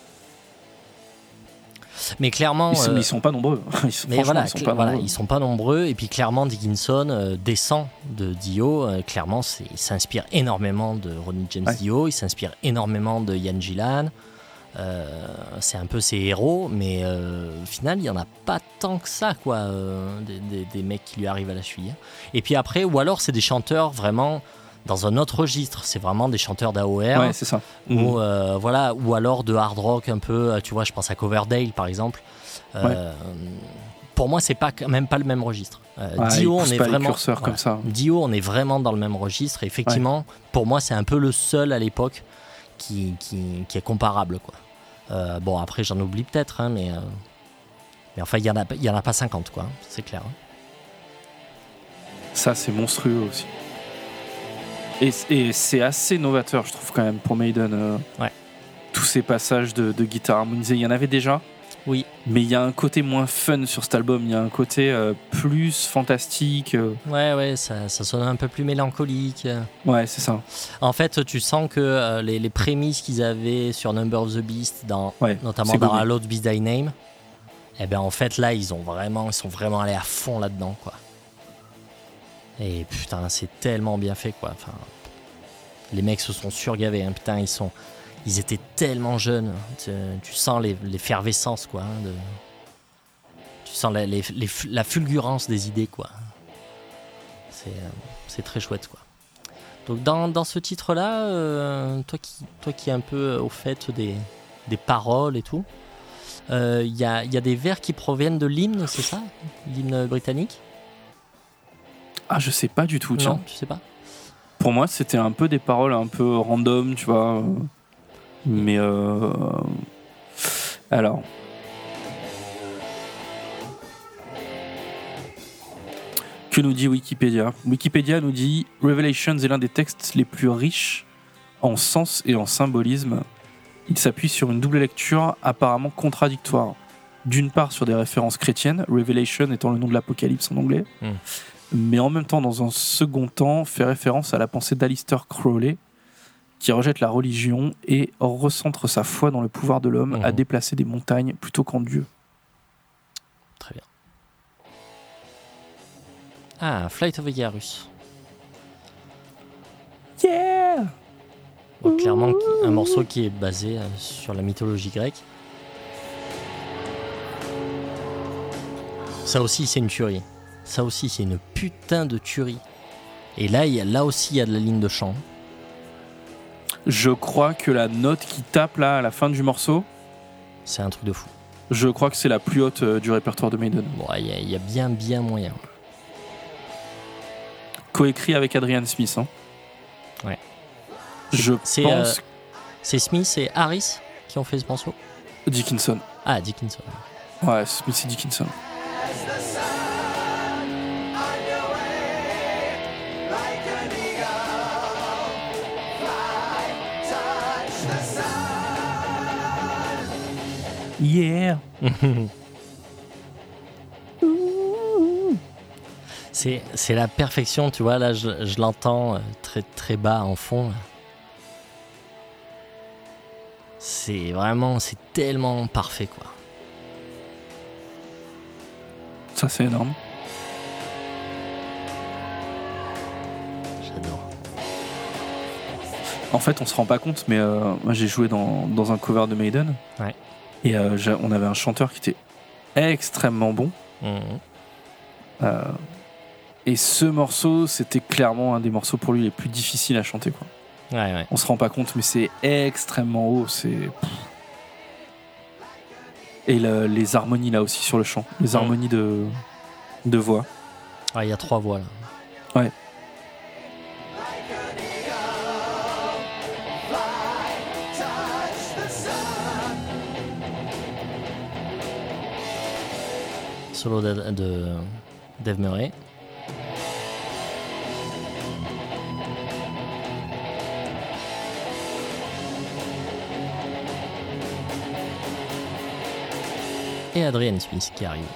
Mais clairement, ils sont pas nombreux. Ils sont pas nombreux. Et puis clairement, Dickinson descend de Dio. Clairement, il s'inspire énormément de Ronnie James Dio. Il s'inspire énormément de Ian Gillan. C'est un peu ses héros, mais au final, il y en a pas tant que ça, quoi. Des mecs qui lui arrivent à la cheville. Et puis après, ou alors c'est des chanteurs vraiment dans un autre registre, c'est vraiment des chanteurs d'AOR. Ouais, c'est ça. Ou alors de hard rock un peu, tu vois, je pense à Coverdale par exemple. Pour moi, c'est même pas le même registre. Dio, on est vraiment comme ça. Dio, on est vraiment dans le même registre. Et effectivement, pour moi, c'est un peu le seul à l'époque qui est comparable, quoi. Bon, après, j'en oublie peut-être, hein, mais enfin, il y en a pas 50, quoi. C'est clair. Hein. Ça, c'est monstrueux aussi. Et c'est assez novateur, je trouve, quand même, pour Maiden. Tous ces passages de guitare harmonisée, il y en avait déjà. Oui. Mais il y a un côté moins fun sur cet album. Il y a un côté plus fantastique. Ouais, ça sonne un peu plus mélancolique. Ouais, c'est ça. En fait, tu sens que les prémices qu'ils avaient sur Number of the Beast, notamment dans A Lost Beast Thy Name, eh ben en fait là ils sont vraiment allés à fond là-dedans, quoi. Et putain, c'est tellement bien fait, quoi. Enfin, les mecs se sont surgavés, hein. Putain, ils étaient tellement jeunes. Tu sens l'effervescence, quoi. Tu sens la fulgurance des idées, quoi. C'est très chouette, quoi. Donc dans ce titre-là, toi qui es un peu au fait des paroles et tout, il y a des vers qui proviennent de l'hymne, c'est ça? L'hymne britannique? Ah, je sais pas du tout, tiens. Non, tu sais pas? Pour moi, c'était un peu des paroles un peu random, tu vois. Mais alors, que nous dit Wikipédia? Wikipédia nous dit Revelations est l'un des textes les plus riches en sens et en symbolisme. Il s'appuie sur une double lecture apparemment contradictoire. D'une part sur des références chrétiennes, Revelation étant le nom de l'Apocalypse en anglais, mais en même temps, dans un second temps, fait référence à la pensée d'Aleister Crowley, qui rejette la religion et recentre sa foi dans le pouvoir de l'homme à déplacer des montagnes plutôt qu'en Dieu. Très bien. Ah, Flight of Icarus. Yeah! Bon, clairement, un morceau qui est basé sur la mythologie grecque. Ça aussi, c'est une tuerie. Ça aussi, c'est une putain de tuerie. Et là aussi, il y a de la ligne de chant. Je crois que la note qui tape là à la fin du morceau, c'est un truc de fou. Je crois que c'est la plus haute du répertoire de Maiden. Bon, il y a bien moyen. Coécrit avec Adrian Smith. Hein. Ouais. Je pense. C'est Smith et Harris qui ont fait ce morceau. Dickinson. Ah, Dickinson. Ouais, Smith et Dickinson. Yeah. C'est la perfection, tu vois. Là, je l'entends très très bas en fond. C'est tellement parfait, quoi. Ça, c'est énorme. J'adore. En fait, on se rend pas compte, mais moi, j'ai joué dans un cover de Maiden. Ouais. Et on avait un chanteur qui était extrêmement bon. Et ce morceau, c'était clairement un des morceaux pour lui les plus difficiles à chanter, quoi. Ouais. On se rend pas compte, mais c'est extrêmement haut. Et les harmonies là aussi sur le chant, les harmonies de voix. Ah, il y a 3 voix là. Ouais. Solo de Dave Murray. Et Adrian Smith qui arrive.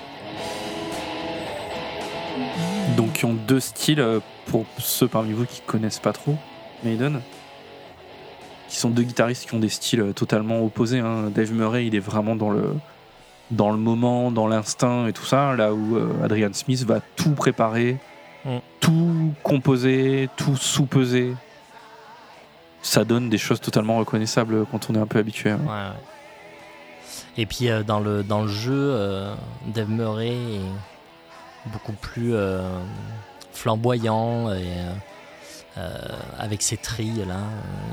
Donc ils ont 2 styles, pour ceux parmi vous qui connaissent pas trop Maiden, qui sont 2 guitaristes qui ont des styles totalement opposés, hein. Dave Murray, il est vraiment dans le moment, dans l'instinct et tout ça, là où Adrian Smith va tout préparer, tout composer, tout sous-peser. Ça donne des choses totalement reconnaissables quand on est un peu habitué. Hein. Ouais. Et puis dans le jeu, Dave Murray est beaucoup plus flamboyant et avec ses trilles là.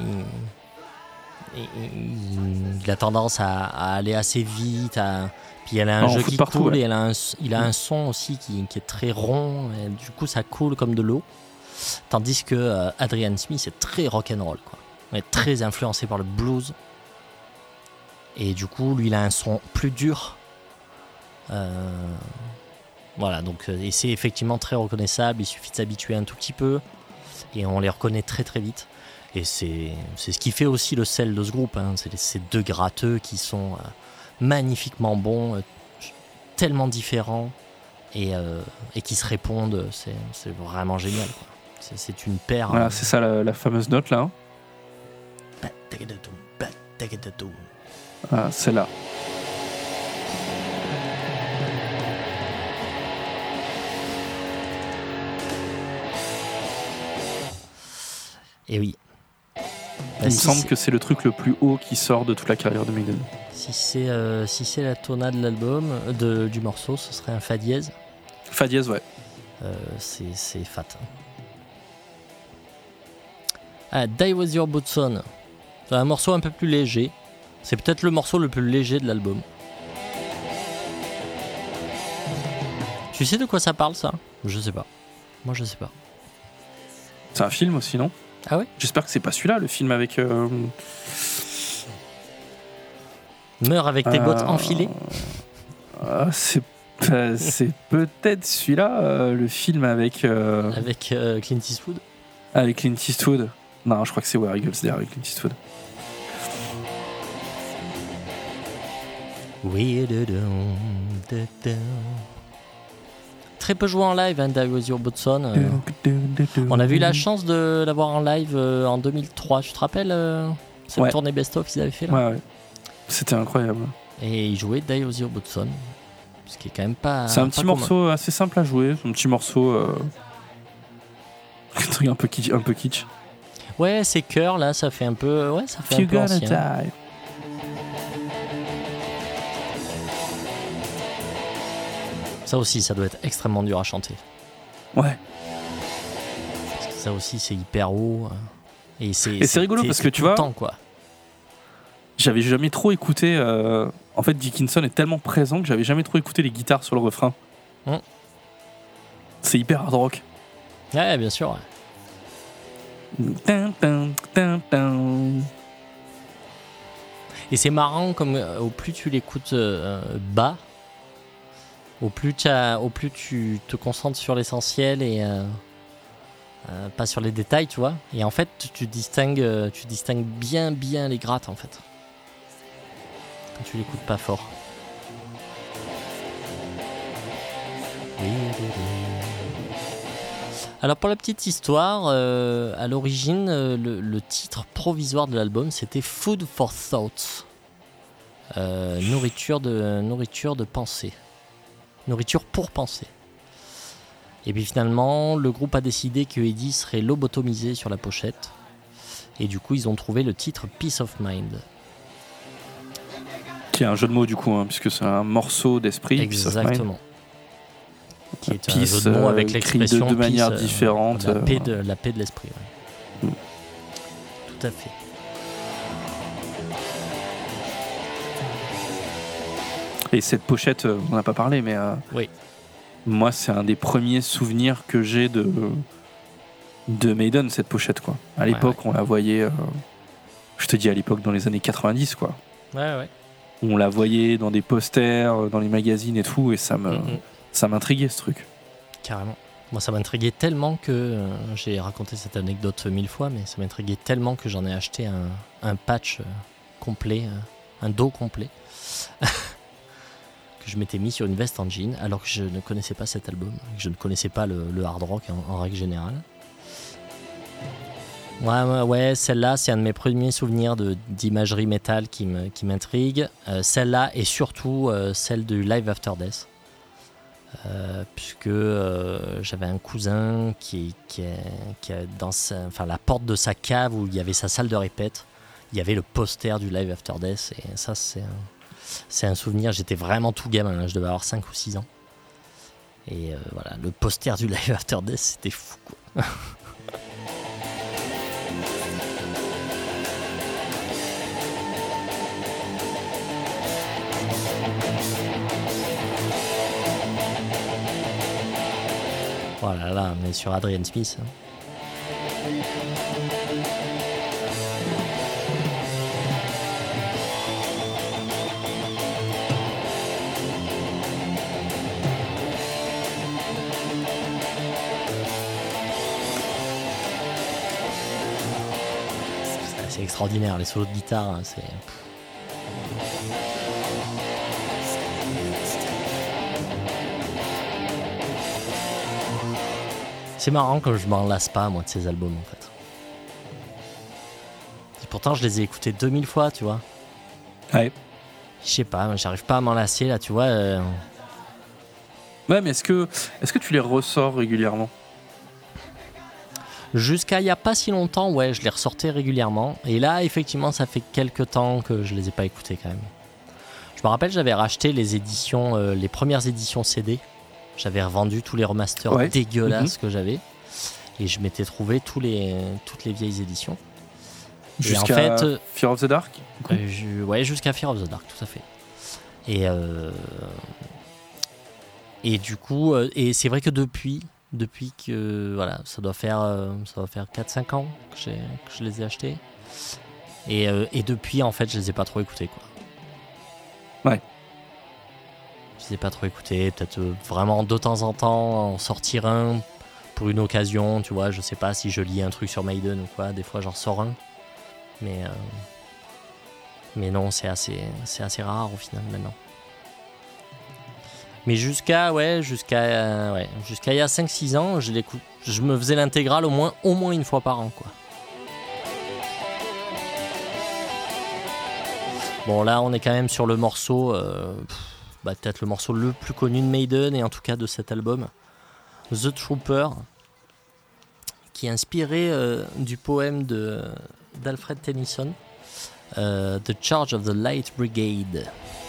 Il a tendance à aller assez vite. Puis il a un jeu qui coule et il a un son aussi qui est très rond. Et du coup, ça coule comme de l'eau. Tandis que Adrian Smith est très rock'n'roll, quoi. Il est très influencé par le blues. Et du coup, lui, il a un son plus dur. Voilà, donc, et c'est effectivement très reconnaissable. Il suffit de s'habituer un tout petit peu. Et on les reconnaît très très vite. Et c'est ce qui fait aussi le sel de ce groupe. Hein. C'est ces 2 gratteux qui sont magnifiquement bons, tellement différents et qui se répondent. C'est vraiment génial, quoi. C'est une paire. Voilà, c'est ça la fameuse note là. Ah, celle-là. Et oui. Il me semble que c'est le truc le plus haut qui sort de toute la carrière de Maiden. Si c'est la tona de l'album, du morceau, ce serait un fa dièse. Fa dièse, ouais. C'est fat. Ah, Die With Your Boots On. C'est un morceau un peu plus léger. C'est peut-être le morceau le plus léger de l'album. Tu sais de quoi ça parle, ça ? Je sais pas. Moi, je sais pas. C'est un film aussi, non ? Ah ouais ? J'espère que c'est pas celui-là, le film avec... Meurs avec tes bottes enfilées. C'est peut-être celui-là, le film avec... Avec Clint Eastwood. Avec Clint Eastwood. Non, je crois que c'est Where Eagles Dare avec Clint Eastwood. Très peu joué en live, Die With Your Boots On. On a eu la chance de l'avoir en live en 2003. Tu te rappelles cette tournée best-of qu'ils avaient fait là ? Ouais. C'était incroyable. Et ils jouaient Die With Your Boots On. Ce qui est quand même pas. C'est un petit morceau assez simple à jouer. Un petit morceau. Un truc un peu kitsch. Ouais, ces chœurs là, ça fait un peu. Ouais, ça fait un peu ancien. Die. Ça aussi, ça doit être extrêmement dur à chanter. Ouais. Parce que ça aussi, c'est hyper haut. Et c'est rigolo parce que tu vois. Temps, quoi. J'avais jamais trop écouté. En fait, Dickinson est tellement présent que j'avais jamais trop écouté les guitares sur le refrain. C'est hyper hard rock. Ouais, bien sûr. Ouais. Et c'est marrant comme au plus tu l'écoutes bas, au plus tu te concentres sur l'essentiel et pas sur les détails, tu vois. Et en fait, tu distingues bien les grattes en fait. Quand tu l'écoutes pas fort. Alors pour la petite histoire, à l'origine, le titre provisoire de l'album c'était Food for Thoughts, nourriture de pensée, nourriture pour penser. Et puis finalement, le groupe a décidé que Eddie serait lobotomisé sur la pochette, et du coup ils ont trouvé le titre Peace of Mind. Qui est un jeu de mots du coup, puisque c'est un morceau d'esprit. Exactement. Qui est peace, un jeu de mots avec l'expression de manière différente. La paix de l'esprit. Ouais. Tout à fait. Et cette pochette, on n'a pas parlé, mais oui. Moi, c'est un des premiers souvenirs que j'ai de Maiden, cette pochette, quoi. À l'époque, on la voyait, je te dis à l'époque, dans les années 90, quoi. Ouais. On la voyait dans des posters, dans les magazines et tout, et ça m'intriguait, ce truc. Carrément. Moi, ça m'intriguait tellement que j'ai raconté cette anecdote 1000 fois, mais ça m'intriguait tellement que j'en ai acheté un patch complet, un dos complet, que je m'étais mis sur une veste en jean, alors que je ne connaissais pas cet album, que je ne connaissais pas le hard rock en règle générale. Ouais, celle-là, c'est un de mes premiers souvenirs d'imagerie métal qui m'intrigue. Celle-là et surtout celle du Live After Death. Puisque j'avais un cousin qui dans la porte de sa cave où il y avait sa salle de répète, il y avait le poster du Live After Death, et ça c'est un souvenir. J'étais vraiment tout gamin, je devais avoir 5 ou 6 ans, et voilà, le poster du Live After Death, c'était fou, quoi. Voilà, là, on est sur Adrian Smith. C'est extraordinaire, les solos de guitare, c'est... C'est marrant que je m'en lasse pas, moi, de ces albums, en fait. Et pourtant, je les ai écoutés 2000 fois, tu vois. Ouais. Je sais pas, j'arrive pas à m'en lasser, là, tu vois. Ouais, mais est-ce que tu les ressors régulièrement? Jusqu'à il y a pas si longtemps, ouais, je les ressortais régulièrement. Et là, effectivement, ça fait quelques temps que je les ai pas écoutés, quand même. Je me rappelle, j'avais racheté les éditions, les premières éditions CD. J'avais revendu tous les remasters dégueulasses que j'avais. Et je m'étais trouvé toutes les vieilles éditions. Jusqu'à en fait, Fear of the Dark ouais, jusqu'à Fear of the Dark, tout à fait. Et du coup, et c'est vrai que depuis que voilà, ça doit faire 4-5 ans que je les ai achetés. Et depuis, en fait, je les ai pas trop écoutés, quoi. Ouais. Je les ai pas trop écoutés, peut-être vraiment de temps en temps en sortir un pour une occasion, tu vois, je sais pas si je lis un truc sur Maiden ou quoi, des fois j'en sors un. Mais non, c'est assez rare au final maintenant. Mais jusqu'à il y a 5-6 ans, je me faisais l'intégrale au moins une fois par an, quoi. Bon, là on est quand même sur le morceau peut-être le morceau le plus connu de Maiden, et en tout cas de cet album, The Trooper, qui est inspiré du poème d'Alfred Tennyson, The Charge of the Light Brigade.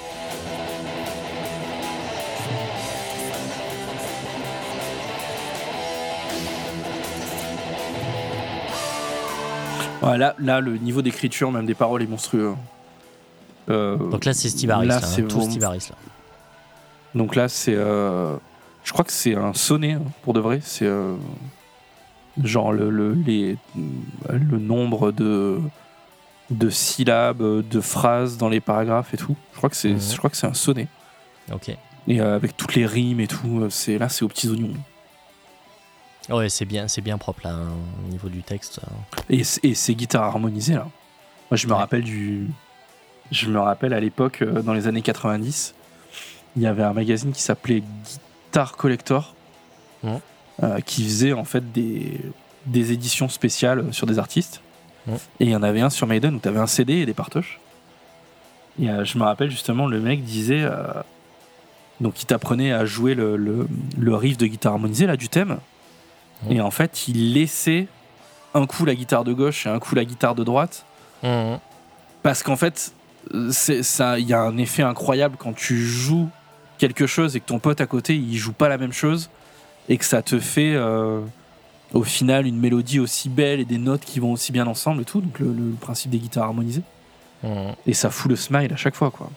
Ouais, là, le niveau d'écriture, même des paroles, est monstrueux. Donc là, c'est Steve Harris, tout Steve Harris, là. Donc là, c'est... je crois que c'est un sonnet, pour de vrai. C'est genre le nombre de syllabes, de phrases dans les paragraphes et tout. Je crois que c'est un sonnet. Ok. Et avec toutes les rimes et tout, c'est aux petits oignons. Ouais, c'est bien propre là, au niveau du texte. Et ces guitares harmonisées là. Moi, je me rappelle à l'époque, dans les années 90, il y avait un magazine qui s'appelait Guitar Collector, qui faisait en fait des éditions spéciales sur des artistes. Et il y en avait un sur Maiden où tu avais un CD et des partoches. Et je me rappelle justement, le mec disait, donc il t'apprenait à jouer le riff de guitare harmonisée là, du thème. Et en fait, il laissait un coup la guitare de gauche et un coup la guitare de droite. Parce qu'en fait, il y a un effet incroyable quand tu joues quelque chose et que ton pote à côté il joue pas la même chose, et que ça te fait au final une mélodie aussi belle et des notes qui vont aussi bien ensemble et tout. Donc le principe des guitares harmonisées. Et ça fout le smile à chaque fois, quoi.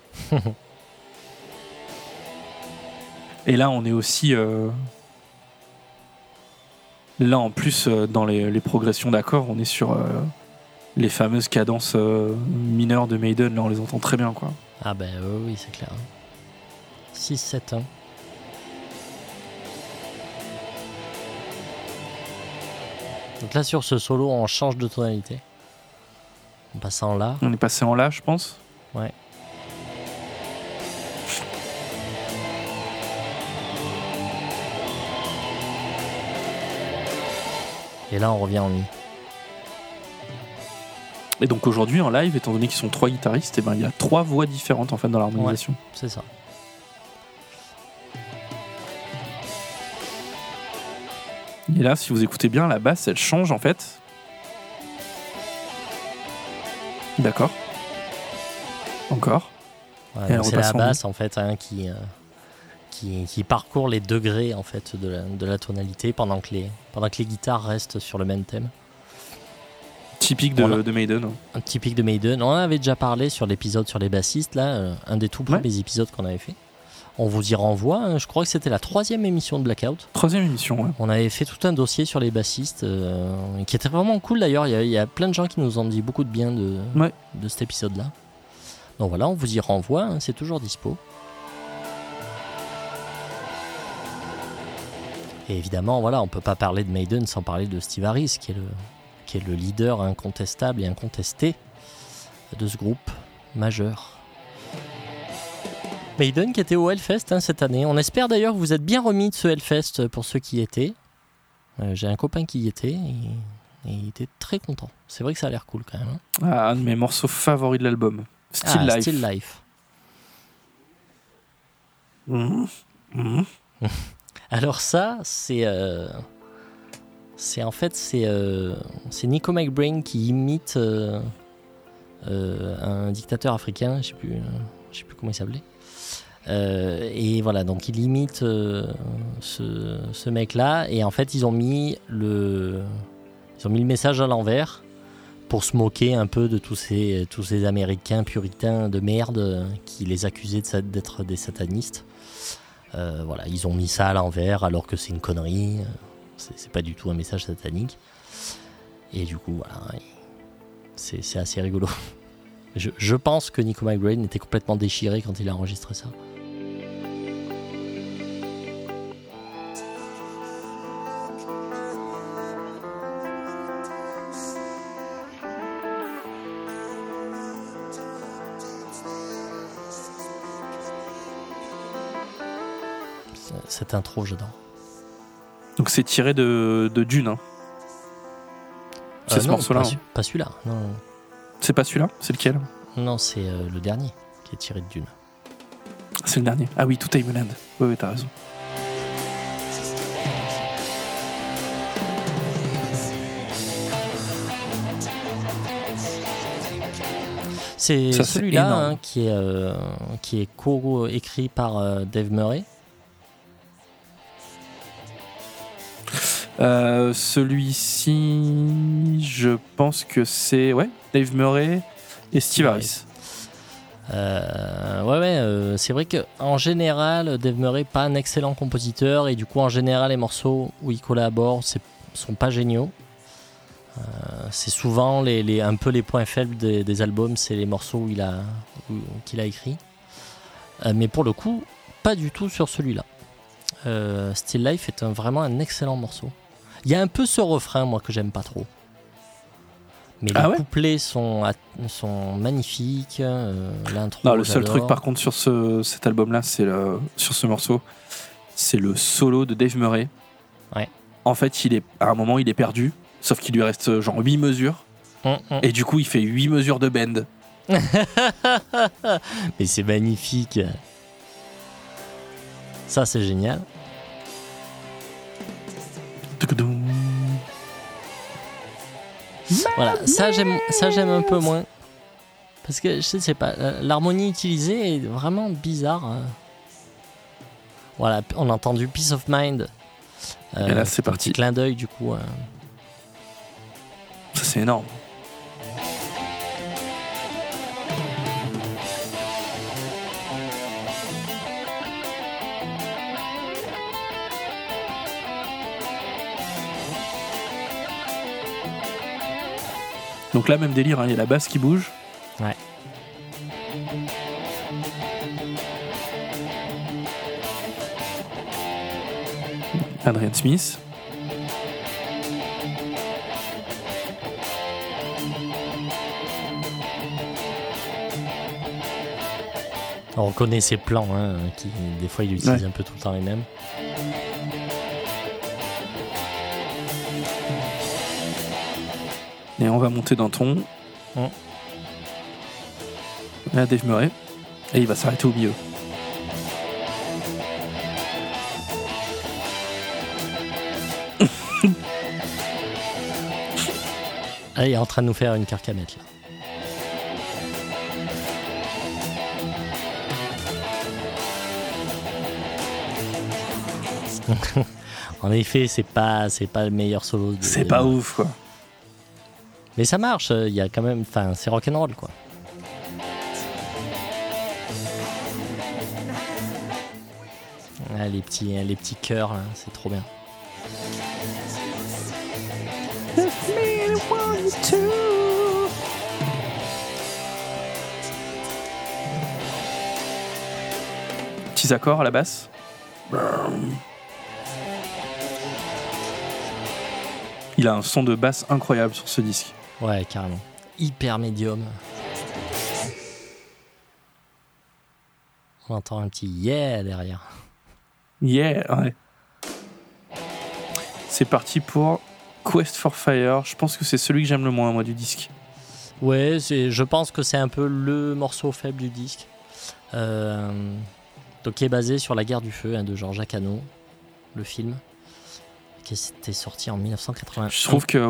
Et là, on est aussi là en plus dans les progressions d'accords, on est sur les fameuses cadences mineures de Maiden. Là, on les entend très bien, quoi. Ah ben oui, c'est clair. 6-7 ans. Donc là, sur ce solo, on change de tonalité. On passe en La. On est passé en La, je pense. Ouais. Et là, on revient en Mi. Et donc aujourd'hui, en live, étant donné qu'ils sont 3 guitaristes, il y a 3 voix différentes en fait dans l'harmonisation. Ouais, c'est ça. Et là, si vous écoutez bien, la basse, elle change en fait. D'accord. Encore. Ouais, c'est la basse en fait qui parcourt les degrés en fait de la tonalité pendant que les guitares restent sur le même thème. Typique de Maiden. Un typique de Maiden. On en avait déjà parlé sur l'épisode sur les bassistes, là, un des tout premiers épisodes qu'on avait fait. On vous y renvoie, hein. Je crois que c'était la 3e émission de Blackout. 3e émission, ouais. On avait fait tout un dossier sur les bassistes, qui était vraiment cool d'ailleurs. Il y a plein de gens qui nous ont dit beaucoup de bien de cet épisode-là. Donc voilà, on vous y renvoie, hein, c'est toujours dispo. Et évidemment, voilà, on peut pas parler de Maiden sans parler de Steve Harris, qui est le leader incontestable et incontesté de ce groupe majeur. Maiden qui était au Hellfest cette année. On espère d'ailleurs que vous êtes bien remis de ce Hellfest pour ceux qui y étaient. J'ai un copain qui y était et il était très content. C'est vrai que ça a l'air cool quand même. Hein. Ah, un de mes morceaux favoris de l'album. Still Life. Still Life. Alors ça, c'est Nico McBrain qui imite un dictateur africain, je sais plus comment il s'appelait. Et voilà, donc il imite ce mec-là, et en fait ils ont mis le message à l'envers pour se moquer un peu de tous ces Américains puritains de merde qui les accusaient d'être des satanistes. Voilà, ils ont mis ça à l'envers alors que c'est une connerie. C'est pas du tout un message satanique. Et du coup, voilà, c'est assez rigolo. Je pense que Nico McBrain était complètement déchiré quand il a enregistré ça. Cette intro, j'adore. Donc c'est tiré de Dune. Hein. C'est ce morceau-là. Pas celui-là. Non. C'est pas celui-là. C'est lequel? Non, c'est le dernier qui est tiré de Dune. C'est le dernier. Ah oui, To Time Land. Oui, t'as raison. C'est celui-là qui est co-écrit par Dave Murray. Celui-ci, je pense que c'est Dave Murray et Steve Harris. C'est vrai qu'en général, Dave Murray pas un excellent compositeur, et du coup en général les morceaux où il collabore sont pas géniaux. C'est souvent un peu les points faibles des albums, c'est les morceaux qu'il a écrits. Mais pour le coup, pas du tout sur celui-là. Still Life est vraiment un excellent morceau. Il y a un peu ce refrain, moi, que j'aime pas trop. Mais les couplets sont magnifiques. L'intro, non, le seul truc, par contre, sur cet album-là, sur ce morceau, c'est le solo de Dave Murray. Ouais. En fait, à un moment, il est perdu, sauf qu'il lui reste genre 8 mesures. Et du coup, il fait 8 mesures de bend. Mais c'est magnifique. Ça, c'est génial. Voilà, ça j'aime un peu moins. Parce que je sais pas, l'harmonie utilisée est vraiment bizarre. Voilà, on a entendu Peace of Mind. Et là, c'est parti. Un petit clin d'œil, du coup. Ça, c'est énorme. Donc là, même délire, il y a la basse qui bouge. Ouais. Adrian Smith. On reconnaît ses plans, qui des fois il utilise un peu tout le temps les mêmes. Et on va monter d'un ton. Là, Dave Murray. Et il va s'arrêter au milieu. Ah, il est en train de nous faire une carcamette, là. En effet, c'est pas le meilleur solo. C'est pas ouf, quoi. Mais ça marche, il y a quand même, enfin, c'est rock'n'roll, quoi. Ah, les petits chœurs, là, c'est trop bien. Petits accords à la basse. Il a un son de basse incroyable sur ce disque. Ouais, carrément. Hyper médium. On entend un petit yeah derrière. Yeah, ouais. C'est parti pour Quest for Fire. Je pense que c'est celui que j'aime le moins, moi, du disque. Ouais, je pense que c'est un peu le morceau faible du disque. Donc, qui est basé sur La Guerre du Feu de Jean-Jacques Hano, le film, qui était sorti en 1980. Je trouve que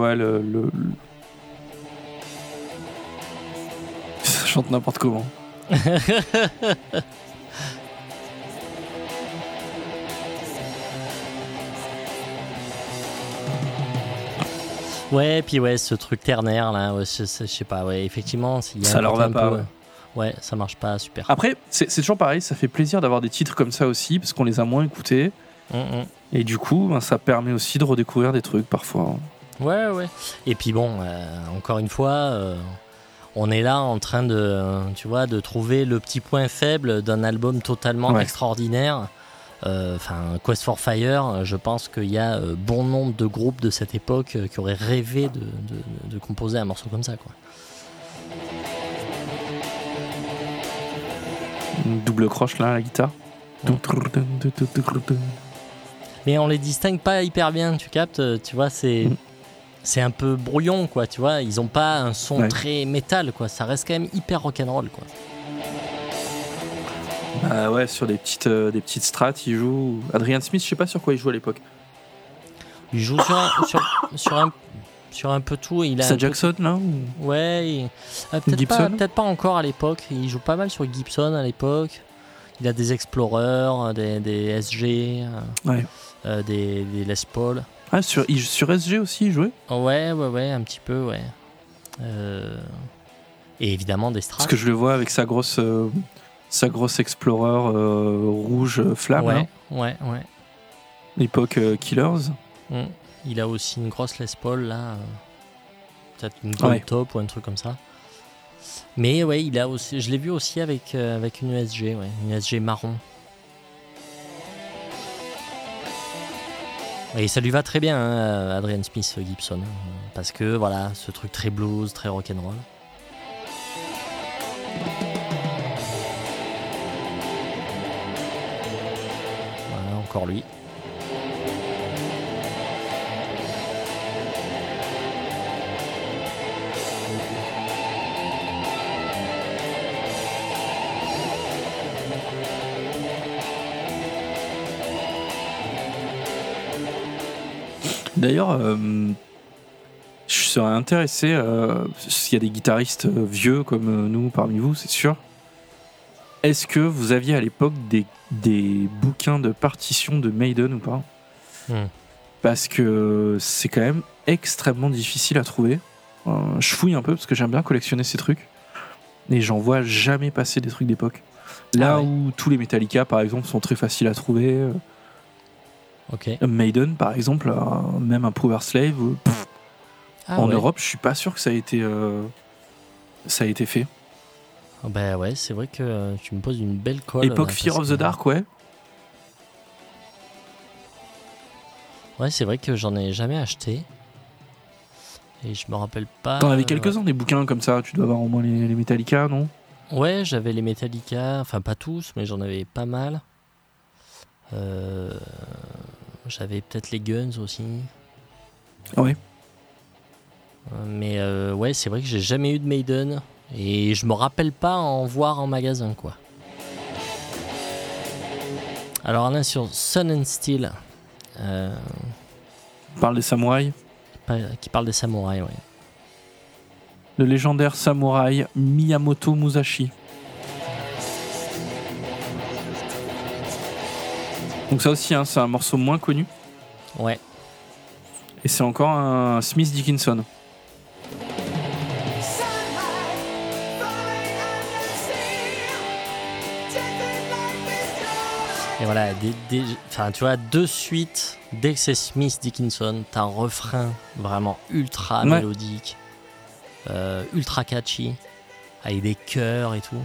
ça chante n'importe comment. Ouais, puis ce truc ternaire là, je sais pas, effectivement, ça leur va pas. Ouais, ça marche pas super. Après, c'est toujours pareil, ça fait plaisir d'avoir des titres comme ça aussi, parce qu'on les a moins écoutés. Et du coup, ça permet aussi de redécouvrir des trucs parfois. Ouais. Et puis bon, encore une fois, on est là en train de trouver le petit point faible d'un album totalement extraordinaire. Quest for Fire, je pense qu'il y a bon nombre de groupes de cette époque qui auraient rêvé de composer un morceau comme ça, quoi. Une double croche là, la guitare. Mais on les distingue pas hyper bien, tu captes, tu vois, c'est un peu brouillon, quoi, tu vois, ils ont pas un son très métal, quoi, ça reste quand même hyper rock'n'roll, quoi. Bah ouais, sur des petites strats, il joue. Adrian Smith, je sais pas sur quoi il joue à l'époque. Il joue sur un peu tout. C'est Jackson là Ouais, peut-être pas encore à l'époque. Il joue pas mal sur Gibson à l'époque. Il a des Explorer, des SG, des Les Paul. Ah, sur SG aussi, il jouait. Ouais, un petit peu, ouais. Et évidemment des Strats. Parce que je le vois avec sa grosse Explorer rouge flamme. Ouais. L'époque Killers. Il a aussi une grosse Les Paul là, peut-être une Gold Top ou un truc comme ça. Mais il a aussi, je l'ai vu aussi avec une ESG, une ESG marron. Et ça lui va très bien, Adrian Smith Gibson, parce que voilà, ce truc très blues, très rock'n'roll. Voilà, encore lui. D'ailleurs, je serais intéressé, s'il y a des guitaristes vieux comme nous parmi vous, c'est sûr. Est-ce que vous aviez à l'époque des bouquins de partitions de Maiden ou pas ? Parce que c'est quand même extrêmement difficile à trouver. Je fouille un peu parce que j'aime bien collectionner ces trucs. Et j'en vois jamais passer des trucs d'époque. Là où tous les Metallica, par exemple, sont très faciles à trouver. Maiden, par exemple, même un Power Slave, en Europe, je suis pas sûr que ça a été fait. Bah ouais, c'est vrai que tu me poses une belle colle. Époque Fear of the Dark, ouais. Ouais, c'est vrai que j'en ai jamais acheté. Et je me rappelle pas. T'en avais quelques-uns des bouquins comme ça, tu dois avoir au moins les Metallica, non ? Ouais, j'avais les Metallica, enfin pas tous, mais j'en avais pas mal. J'avais peut-être les Guns aussi. Oui. Mais c'est vrai que j'ai jamais eu de Maiden. Et je me rappelle pas en voir en magasin, quoi. Alors on est sur Sun and Steel. Parle des samouraïs. Qui parle des samouraïs, ouais. Le légendaire samouraï Miyamoto Musashi. Donc ça aussi, c'est un morceau moins connu. Ouais. Et c'est encore un Smith Dickinson. Et voilà, tu vois, de suite, dès que c'est Smith Dickinson, t'as un refrain vraiment ultra mélodique, ultra catchy, avec des chœurs et tout.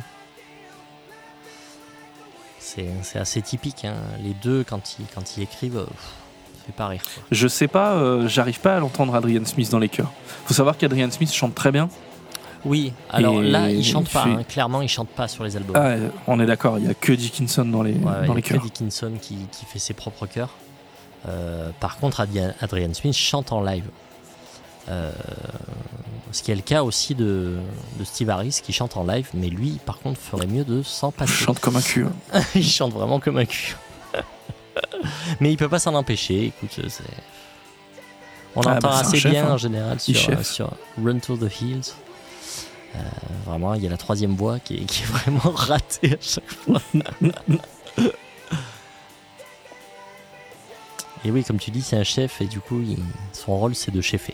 C'est assez typique, hein. Les deux, quand ils écrivent, ça fait pas rire, quoi. Je sais pas, j'arrive pas à l'entendre Adrian Smith dans les chœurs. Faut savoir qu'Adrian Smith chante très bien. Oui, alors là, il chante pas, clairement, il chante pas sur les albums. On est d'accord, il y a que Dickinson dans les chœurs. Que Dickinson qui fait ses propres chœurs. Par contre, Adrian Smith chante en live. Ce qui est le cas aussi de Steve Harris qui chante en live, mais lui, par contre, ferait mieux de s'en passer. Il chante comme un cul. Il chante vraiment comme un cul. Mais il peut pas s'en empêcher. Écoute, on l'entend assez bien en général sur Run to the Hills. Vraiment, il y a la troisième voix qui est vraiment ratée à chaque fois. Et oui, comme tu dis, c'est un chef et du coup, son rôle, c'est de chefer.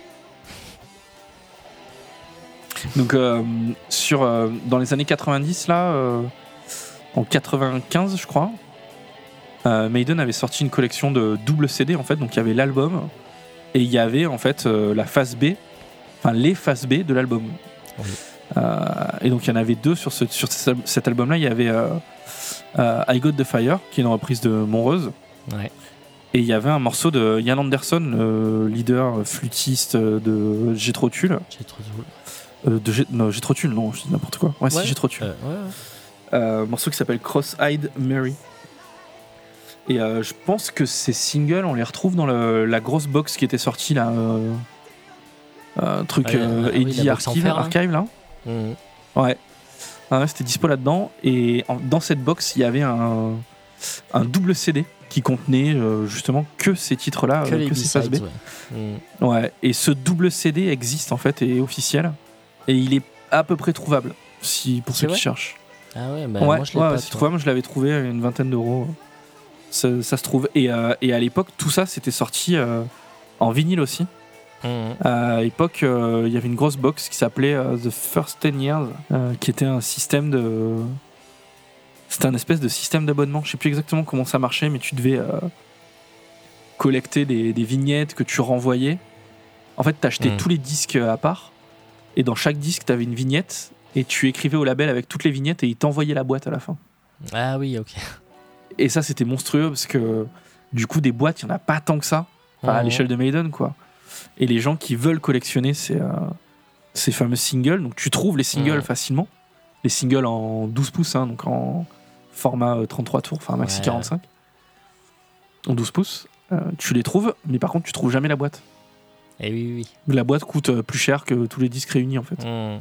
Donc, dans les années 90, là, en 95, je crois, Maiden avait sorti une collection de double CD, en fait. Donc, il y avait l'album et il y avait, en fait, la face B, enfin, les faces B de l'album. Oui. Et donc, il y en avait deux sur cet album-là. Il y avait I Got the Fire, qui est une reprise de Monreuse. Ouais. Et il y avait un morceau de Ian Anderson, le leader flûtiste de Jethro Tull. Jethro Tull, non, je dis n'importe quoi. Ouais, c'est Jethro Tull. Morceau qui s'appelle Cross-Eyed Mary. Et je pense que ces singles, on les retrouve dans la grosse box qui était sortie là. Eddie Archive là. Mmh. Ouais. C'était dispo là-dedans. Et dans cette box, il y avait un double CD qui contenait justement que ces titres-là, que ces faces B. Ouais. Et ce double CD existe en fait et est officiel. Et il est à peu près trouvable pour ceux qui cherchent. Ah ouais, bah moi je l'ai pas. C'est trouvable, je l'avais trouvé à une vingtaine d'euros. Ça se trouve. Et à l'époque, tout ça c'était sorti en vinyle aussi. À l'époque, il y avait une grosse box qui s'appelait The First 10 Years, qui était un système de. C'était un espèce de système d'abonnement. Je sais plus exactement comment ça marchait, mais tu devais collecter des vignettes que tu renvoyais. En fait, t'achetais tous les disques à part, et dans chaque disque, t'avais une vignette, et tu écrivais au label avec toutes les vignettes, et ils t'envoyaient la boîte à la fin. Ah oui, ok. Et ça, c'était monstrueux, parce que du coup, des boîtes, il n'y en a pas tant que ça, à l'échelle de Maiden, quoi. Et les gens qui veulent collectionner ces fameux singles, donc tu trouves les singles facilement, les singles en 12 pouces, hein, donc en format 33 tours, enfin maxi 45, en 12 pouces, tu les trouves, mais par contre tu trouves jamais la boîte. Et oui. La boîte coûte plus cher que tous les disques réunis en fait.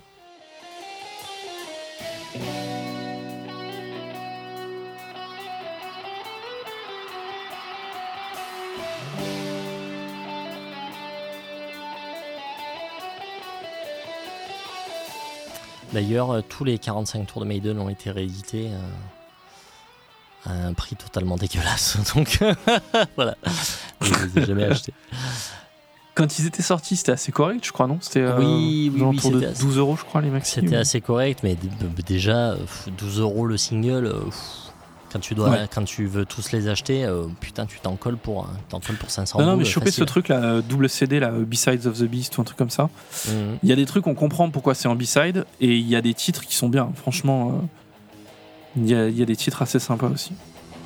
D'ailleurs, tous les 45 tours de Maiden ont été réédités à un prix totalement dégueulasse. Donc voilà, je ne les ai jamais achetés. Quand ils étaient sortis, c'était assez correct, je crois, non? C'était oui, autour de 12 euros, je crois, les maxi. C'était assez correct, mais déjà, 12 euros le single, quand tu veux tous les acheter, putain, tu t'en colles pour 500 euros. Non, mais choper ce truc là, double CD, là, B-Sides of the Beast ou un truc comme ça. Il y a des trucs, on comprend pourquoi c'est en B-side, et il y a des titres qui sont bien. Franchement, il y a des titres assez sympas aussi.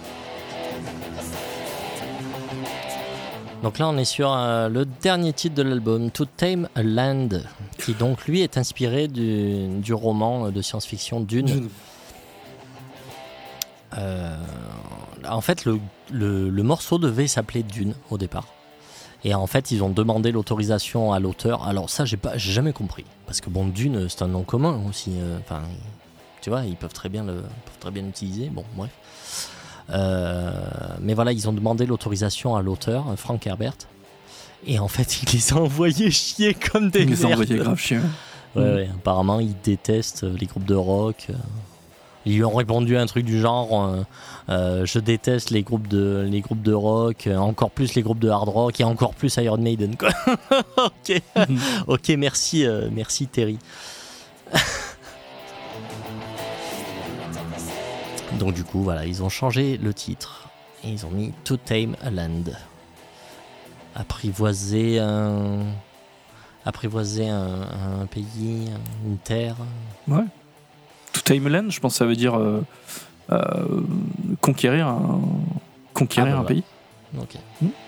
Donc là, on est sur le dernier titre de l'album, To Tame a Land, qui donc lui est inspiré du roman de science-fiction Dune. En fait, le morceau devait s'appeler Dune au départ. Et en fait, ils ont demandé l'autorisation à l'auteur. Alors ça, j'ai jamais compris. Parce que bon, Dune, c'est un nom commun aussi. Enfin, tu vois, ils peuvent très bien l'utiliser. Bon, bref. Mais voilà, ils ont demandé l'autorisation à l'auteur, Frank Herbert. Et en fait, il les a envoyés chier comme des merdes. Ils les ont envoyés grave chier. Ouais, apparemment, ils détestent les groupes de rock. Ils lui ont répondu à un truc du genre je déteste les groupes de rock, encore plus les groupes de hard rock et encore plus Iron Maiden, quoi. Ok. Ok, merci Terry. Donc du coup, voilà, ils ont changé le titre et ils ont mis To Tame a Land. Apprivoiser un pays, une terre. Ouais. To Tame a Land, je pense que ça veut dire conquérir un pays. Ok.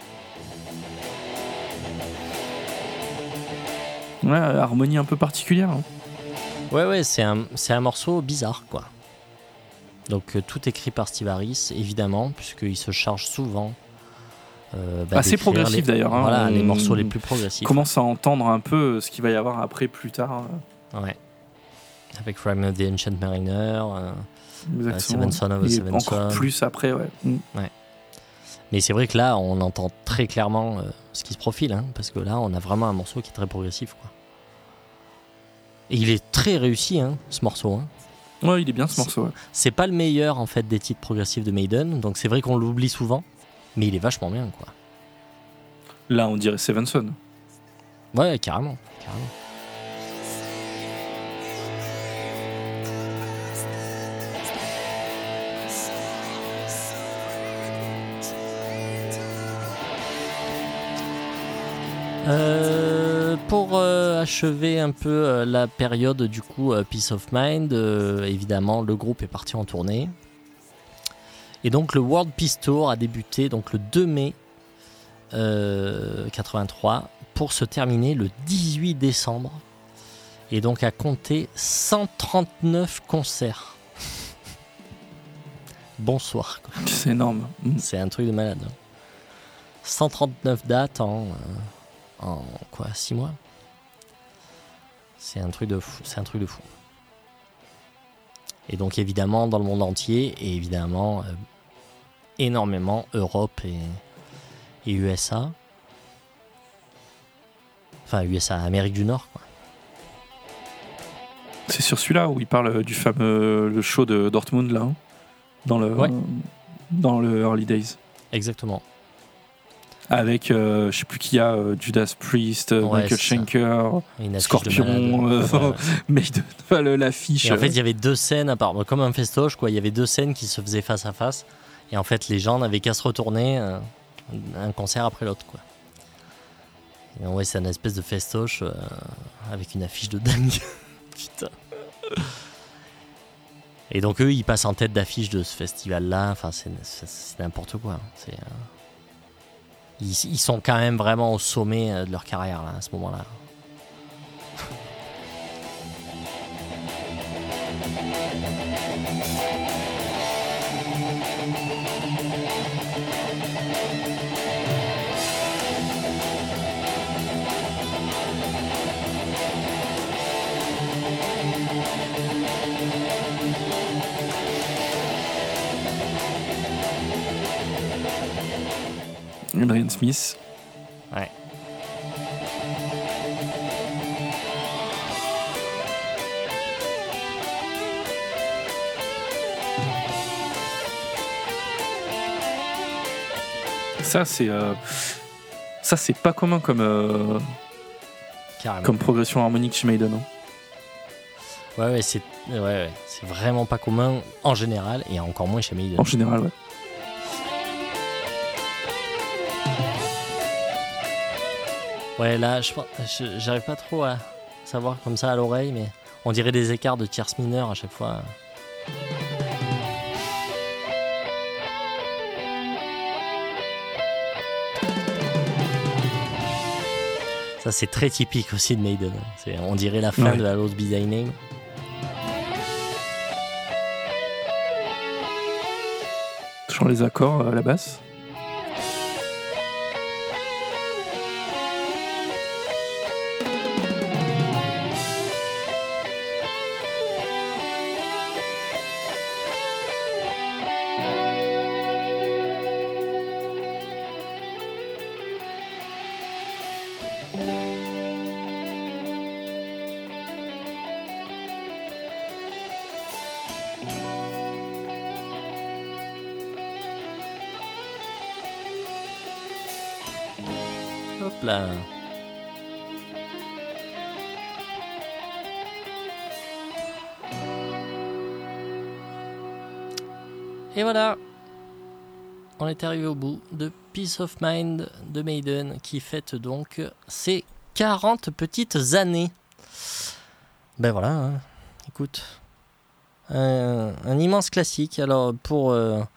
Ouais, harmonie un peu particulière. Hein. Ouais, c'est un morceau bizarre, quoi. Donc tout écrit par Steve Harris, évidemment, puisqu'il se charge souvent assez progressif d'ailleurs. Voilà, les morceaux les plus progressifs. On commence à entendre un peu ce qu'il va y avoir après, plus tard. Ouais. Avec Rime of the Ancient Mariner, Seven Son of a Seven Son. Encore plus après, ouais. Ouais. Mais c'est vrai que là, on entend très clairement ce qui se profile, hein, parce que là, on a vraiment un morceau qui est très progressif, quoi. Et il est très réussi, hein, ce morceau. Hein. Ouais, il est bien ce morceau. Ouais. C'est pas le meilleur en fait des titres progressifs de Maiden, donc c'est vrai qu'on l'oublie souvent, mais il est vachement bien, quoi. Là, on dirait Seven Son. Ouais, carrément. Pour achever un peu la période du coup Peace of Mind, évidemment le groupe est parti en tournée et donc le World Peace Tour a débuté donc le 2 mai 83 pour se terminer le 18 décembre et donc à compter 139 concerts. Bonsoir, quoi. C'est énorme. C'est un truc de malade. 139 dates en quoi, 6 mois. C'est un truc de fou. Et donc évidemment dans le monde entier et évidemment énormément Europe et USA. Enfin USA, Amérique du Nord, quoi. C'est sur celui-là où il parle du fameux le show de Dortmund là, hein, dans le Early Days. Exactement. Avec je sais plus qui y a, Judas Priest, Michael Schenker, Scorpion, Maiden, l'affiche. Et en fait, il y avait deux scènes, comme un festoche, quoi. Il y avait deux scènes qui se faisaient face à face. Et en fait, les gens n'avaient qu'à se retourner un concert après l'autre, quoi. Et ouais, c'est une espèce de festoche avec une affiche de dingue. Putain. Et donc eux, ils passent en tête d'affiche de ce festival-là. Enfin, c'est n'importe quoi. Ils sont quand même vraiment au sommet de leur carrière là, à ce moment-là. Adrian Smith. Ouais. Ça c'est pas commun comme progression harmonique chez Maiden. Hein. Ouais, c'est vraiment pas commun en général et encore moins chez Maiden. En général, ouais. Ouais, là, j'arrive pas trop à savoir comme ça à l'oreille, mais on dirait des écarts de tierces mineures à chaque fois. Ça, c'est très typique aussi de Maiden. On dirait la fin de la Lost Be Thy Name. Toujours les accords à la basse. Hop là. Et voilà. On est arrivé au bout de Peace of Mind de Maiden qui fête donc ses 40 petites années. Ben voilà, hein. Écoute. Un immense classique. Alors pour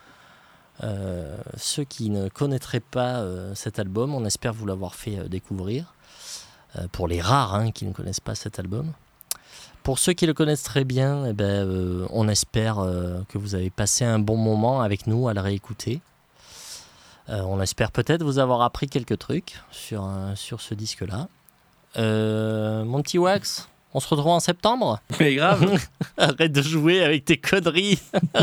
ceux qui ne connaîtraient pas cet album, on espère vous l'avoir fait découvrir. Pour les rares qui ne connaissent pas cet album. Pour ceux qui le connaissent très bien, on espère que vous avez passé un bon moment avec nous à le réécouter. On espère peut-être vous avoir appris quelques trucs sur ce disque-là. Mon petit Wax, on se retrouve en septembre. Mais grave. Arrête de jouer avec tes conneries.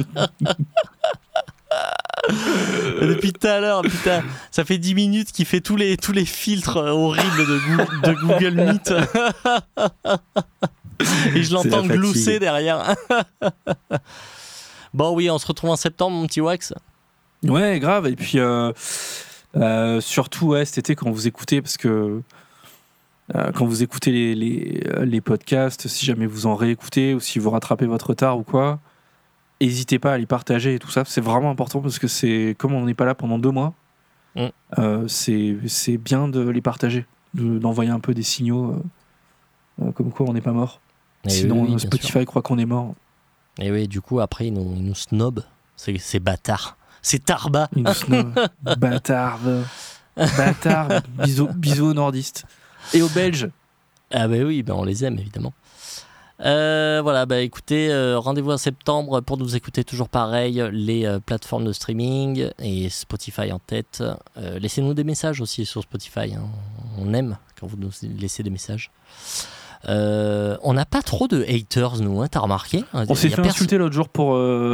Depuis tout à l'heure, putain, ça fait 10 minutes qu'il fait tous les filtres horribles de Google Meet. Et je l'entends glousser derrière. Bon, oui, on se retrouve en septembre, mon petit Wax. Ouais, grave. Et puis, surtout, cet été, quand vous écoutez, parce que quand vous écoutez les podcasts, si jamais vous en réécoutez ou si vous rattrapez votre retard ou quoi, n'hésitez pas à les partager et tout ça. C'est vraiment important parce que c'est comme on n'est pas là pendant 2 mois, c'est bien de les partager, d'envoyer un peu des signaux comme quoi on n'est pas mort. Et sinon, oui, Spotify croit qu'on est mort. Et oui, du coup, après, ils nous snobent. C'est bâtard. C'est Tarba. Ils nous snobent. Bâtard. Bisous aux nordistes. Et aux Belges. Ah bah oui, on les aime, évidemment. Voilà, écoutez, rendez-vous en septembre pour nous écouter toujours pareil, les plateformes de streaming et Spotify en tête. Laissez-nous des messages aussi sur Spotify. Hein. On aime quand vous nous laissez des messages. On n'a pas trop de haters, nous, hein, t'as remarqué? On s'est fait insulter l'autre jour pour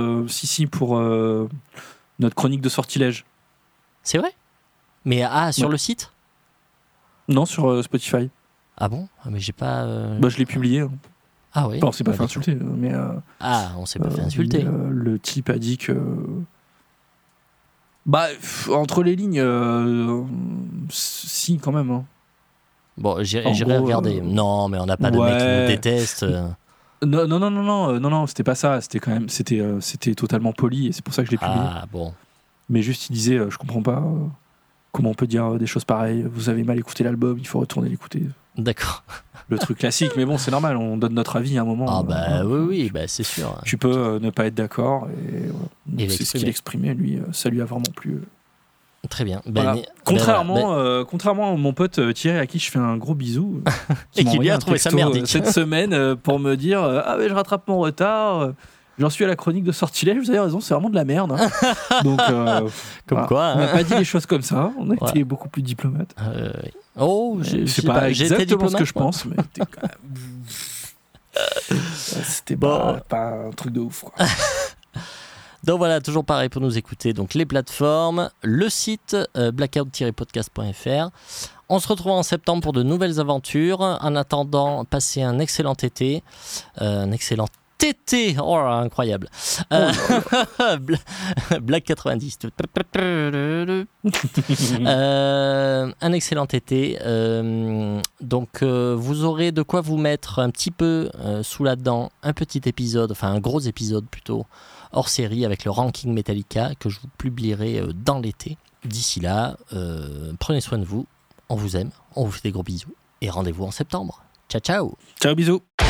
notre chronique de sortilège. C'est vrai? Mais sur le site? Non, sur Spotify. Ah bon? Mais j'ai pas. Je l'ai publié. Hein. Ah oui. On s'est pas fait insulter, mais. On s'est pas fait insulter. Le type a dit que. Entre les lignes, si, quand même. Hein. Bon, j'irai regarder. Non, mais on n'a pas de mec qui nous déteste. Non, c'était pas ça. C'était totalement poli et c'est pour ça que je l'ai publié. Ah bon. Mais juste, il disait, je comprends pas comment on peut dire des choses pareilles. Vous avez mal écouté l'album, il faut retourner l'écouter. D'accord. Le truc classique, mais bon, c'est normal. On donne notre avis à un moment. Oui, c'est sûr. Tu peux ne pas être d'accord et c'est ce qu'il exprimait lui. Ça lui a vraiment plu. Très bien. Voilà. Contrairement à mon pote Thierry à qui je fais un gros bisou et qui lui a trouvé ça merdique cette semaine pour me dire je rattrape mon retard, j'en suis à la chronique de sortilège, vous avez raison, c'est vraiment de la merde. Hein. Donc comme quoi, on n'a pas dit les choses comme ça, on a été beaucoup plus diplomate. C'est pas exactement ce que je pense, mais c'était pas un truc de ouf, quoi. Donc voilà, toujours pareil pour nous écouter. Donc les plateformes, le site blackout-podcast.fr. On se retrouve en septembre pour de nouvelles aventures. En attendant, passez un excellent été. Un excellent été. Oh, incroyable. Black 90. Un excellent été. Donc vous aurez de quoi vous mettre un petit peu sous la dent un petit épisode, enfin un gros épisode plutôt, hors série avec le ranking Metallica que je vous publierai dans l'été. D'ici là, prenez soin de vous, on vous aime, on vous fait des gros bisous et rendez-vous en septembre. Ciao, ciao. Ciao, bisous.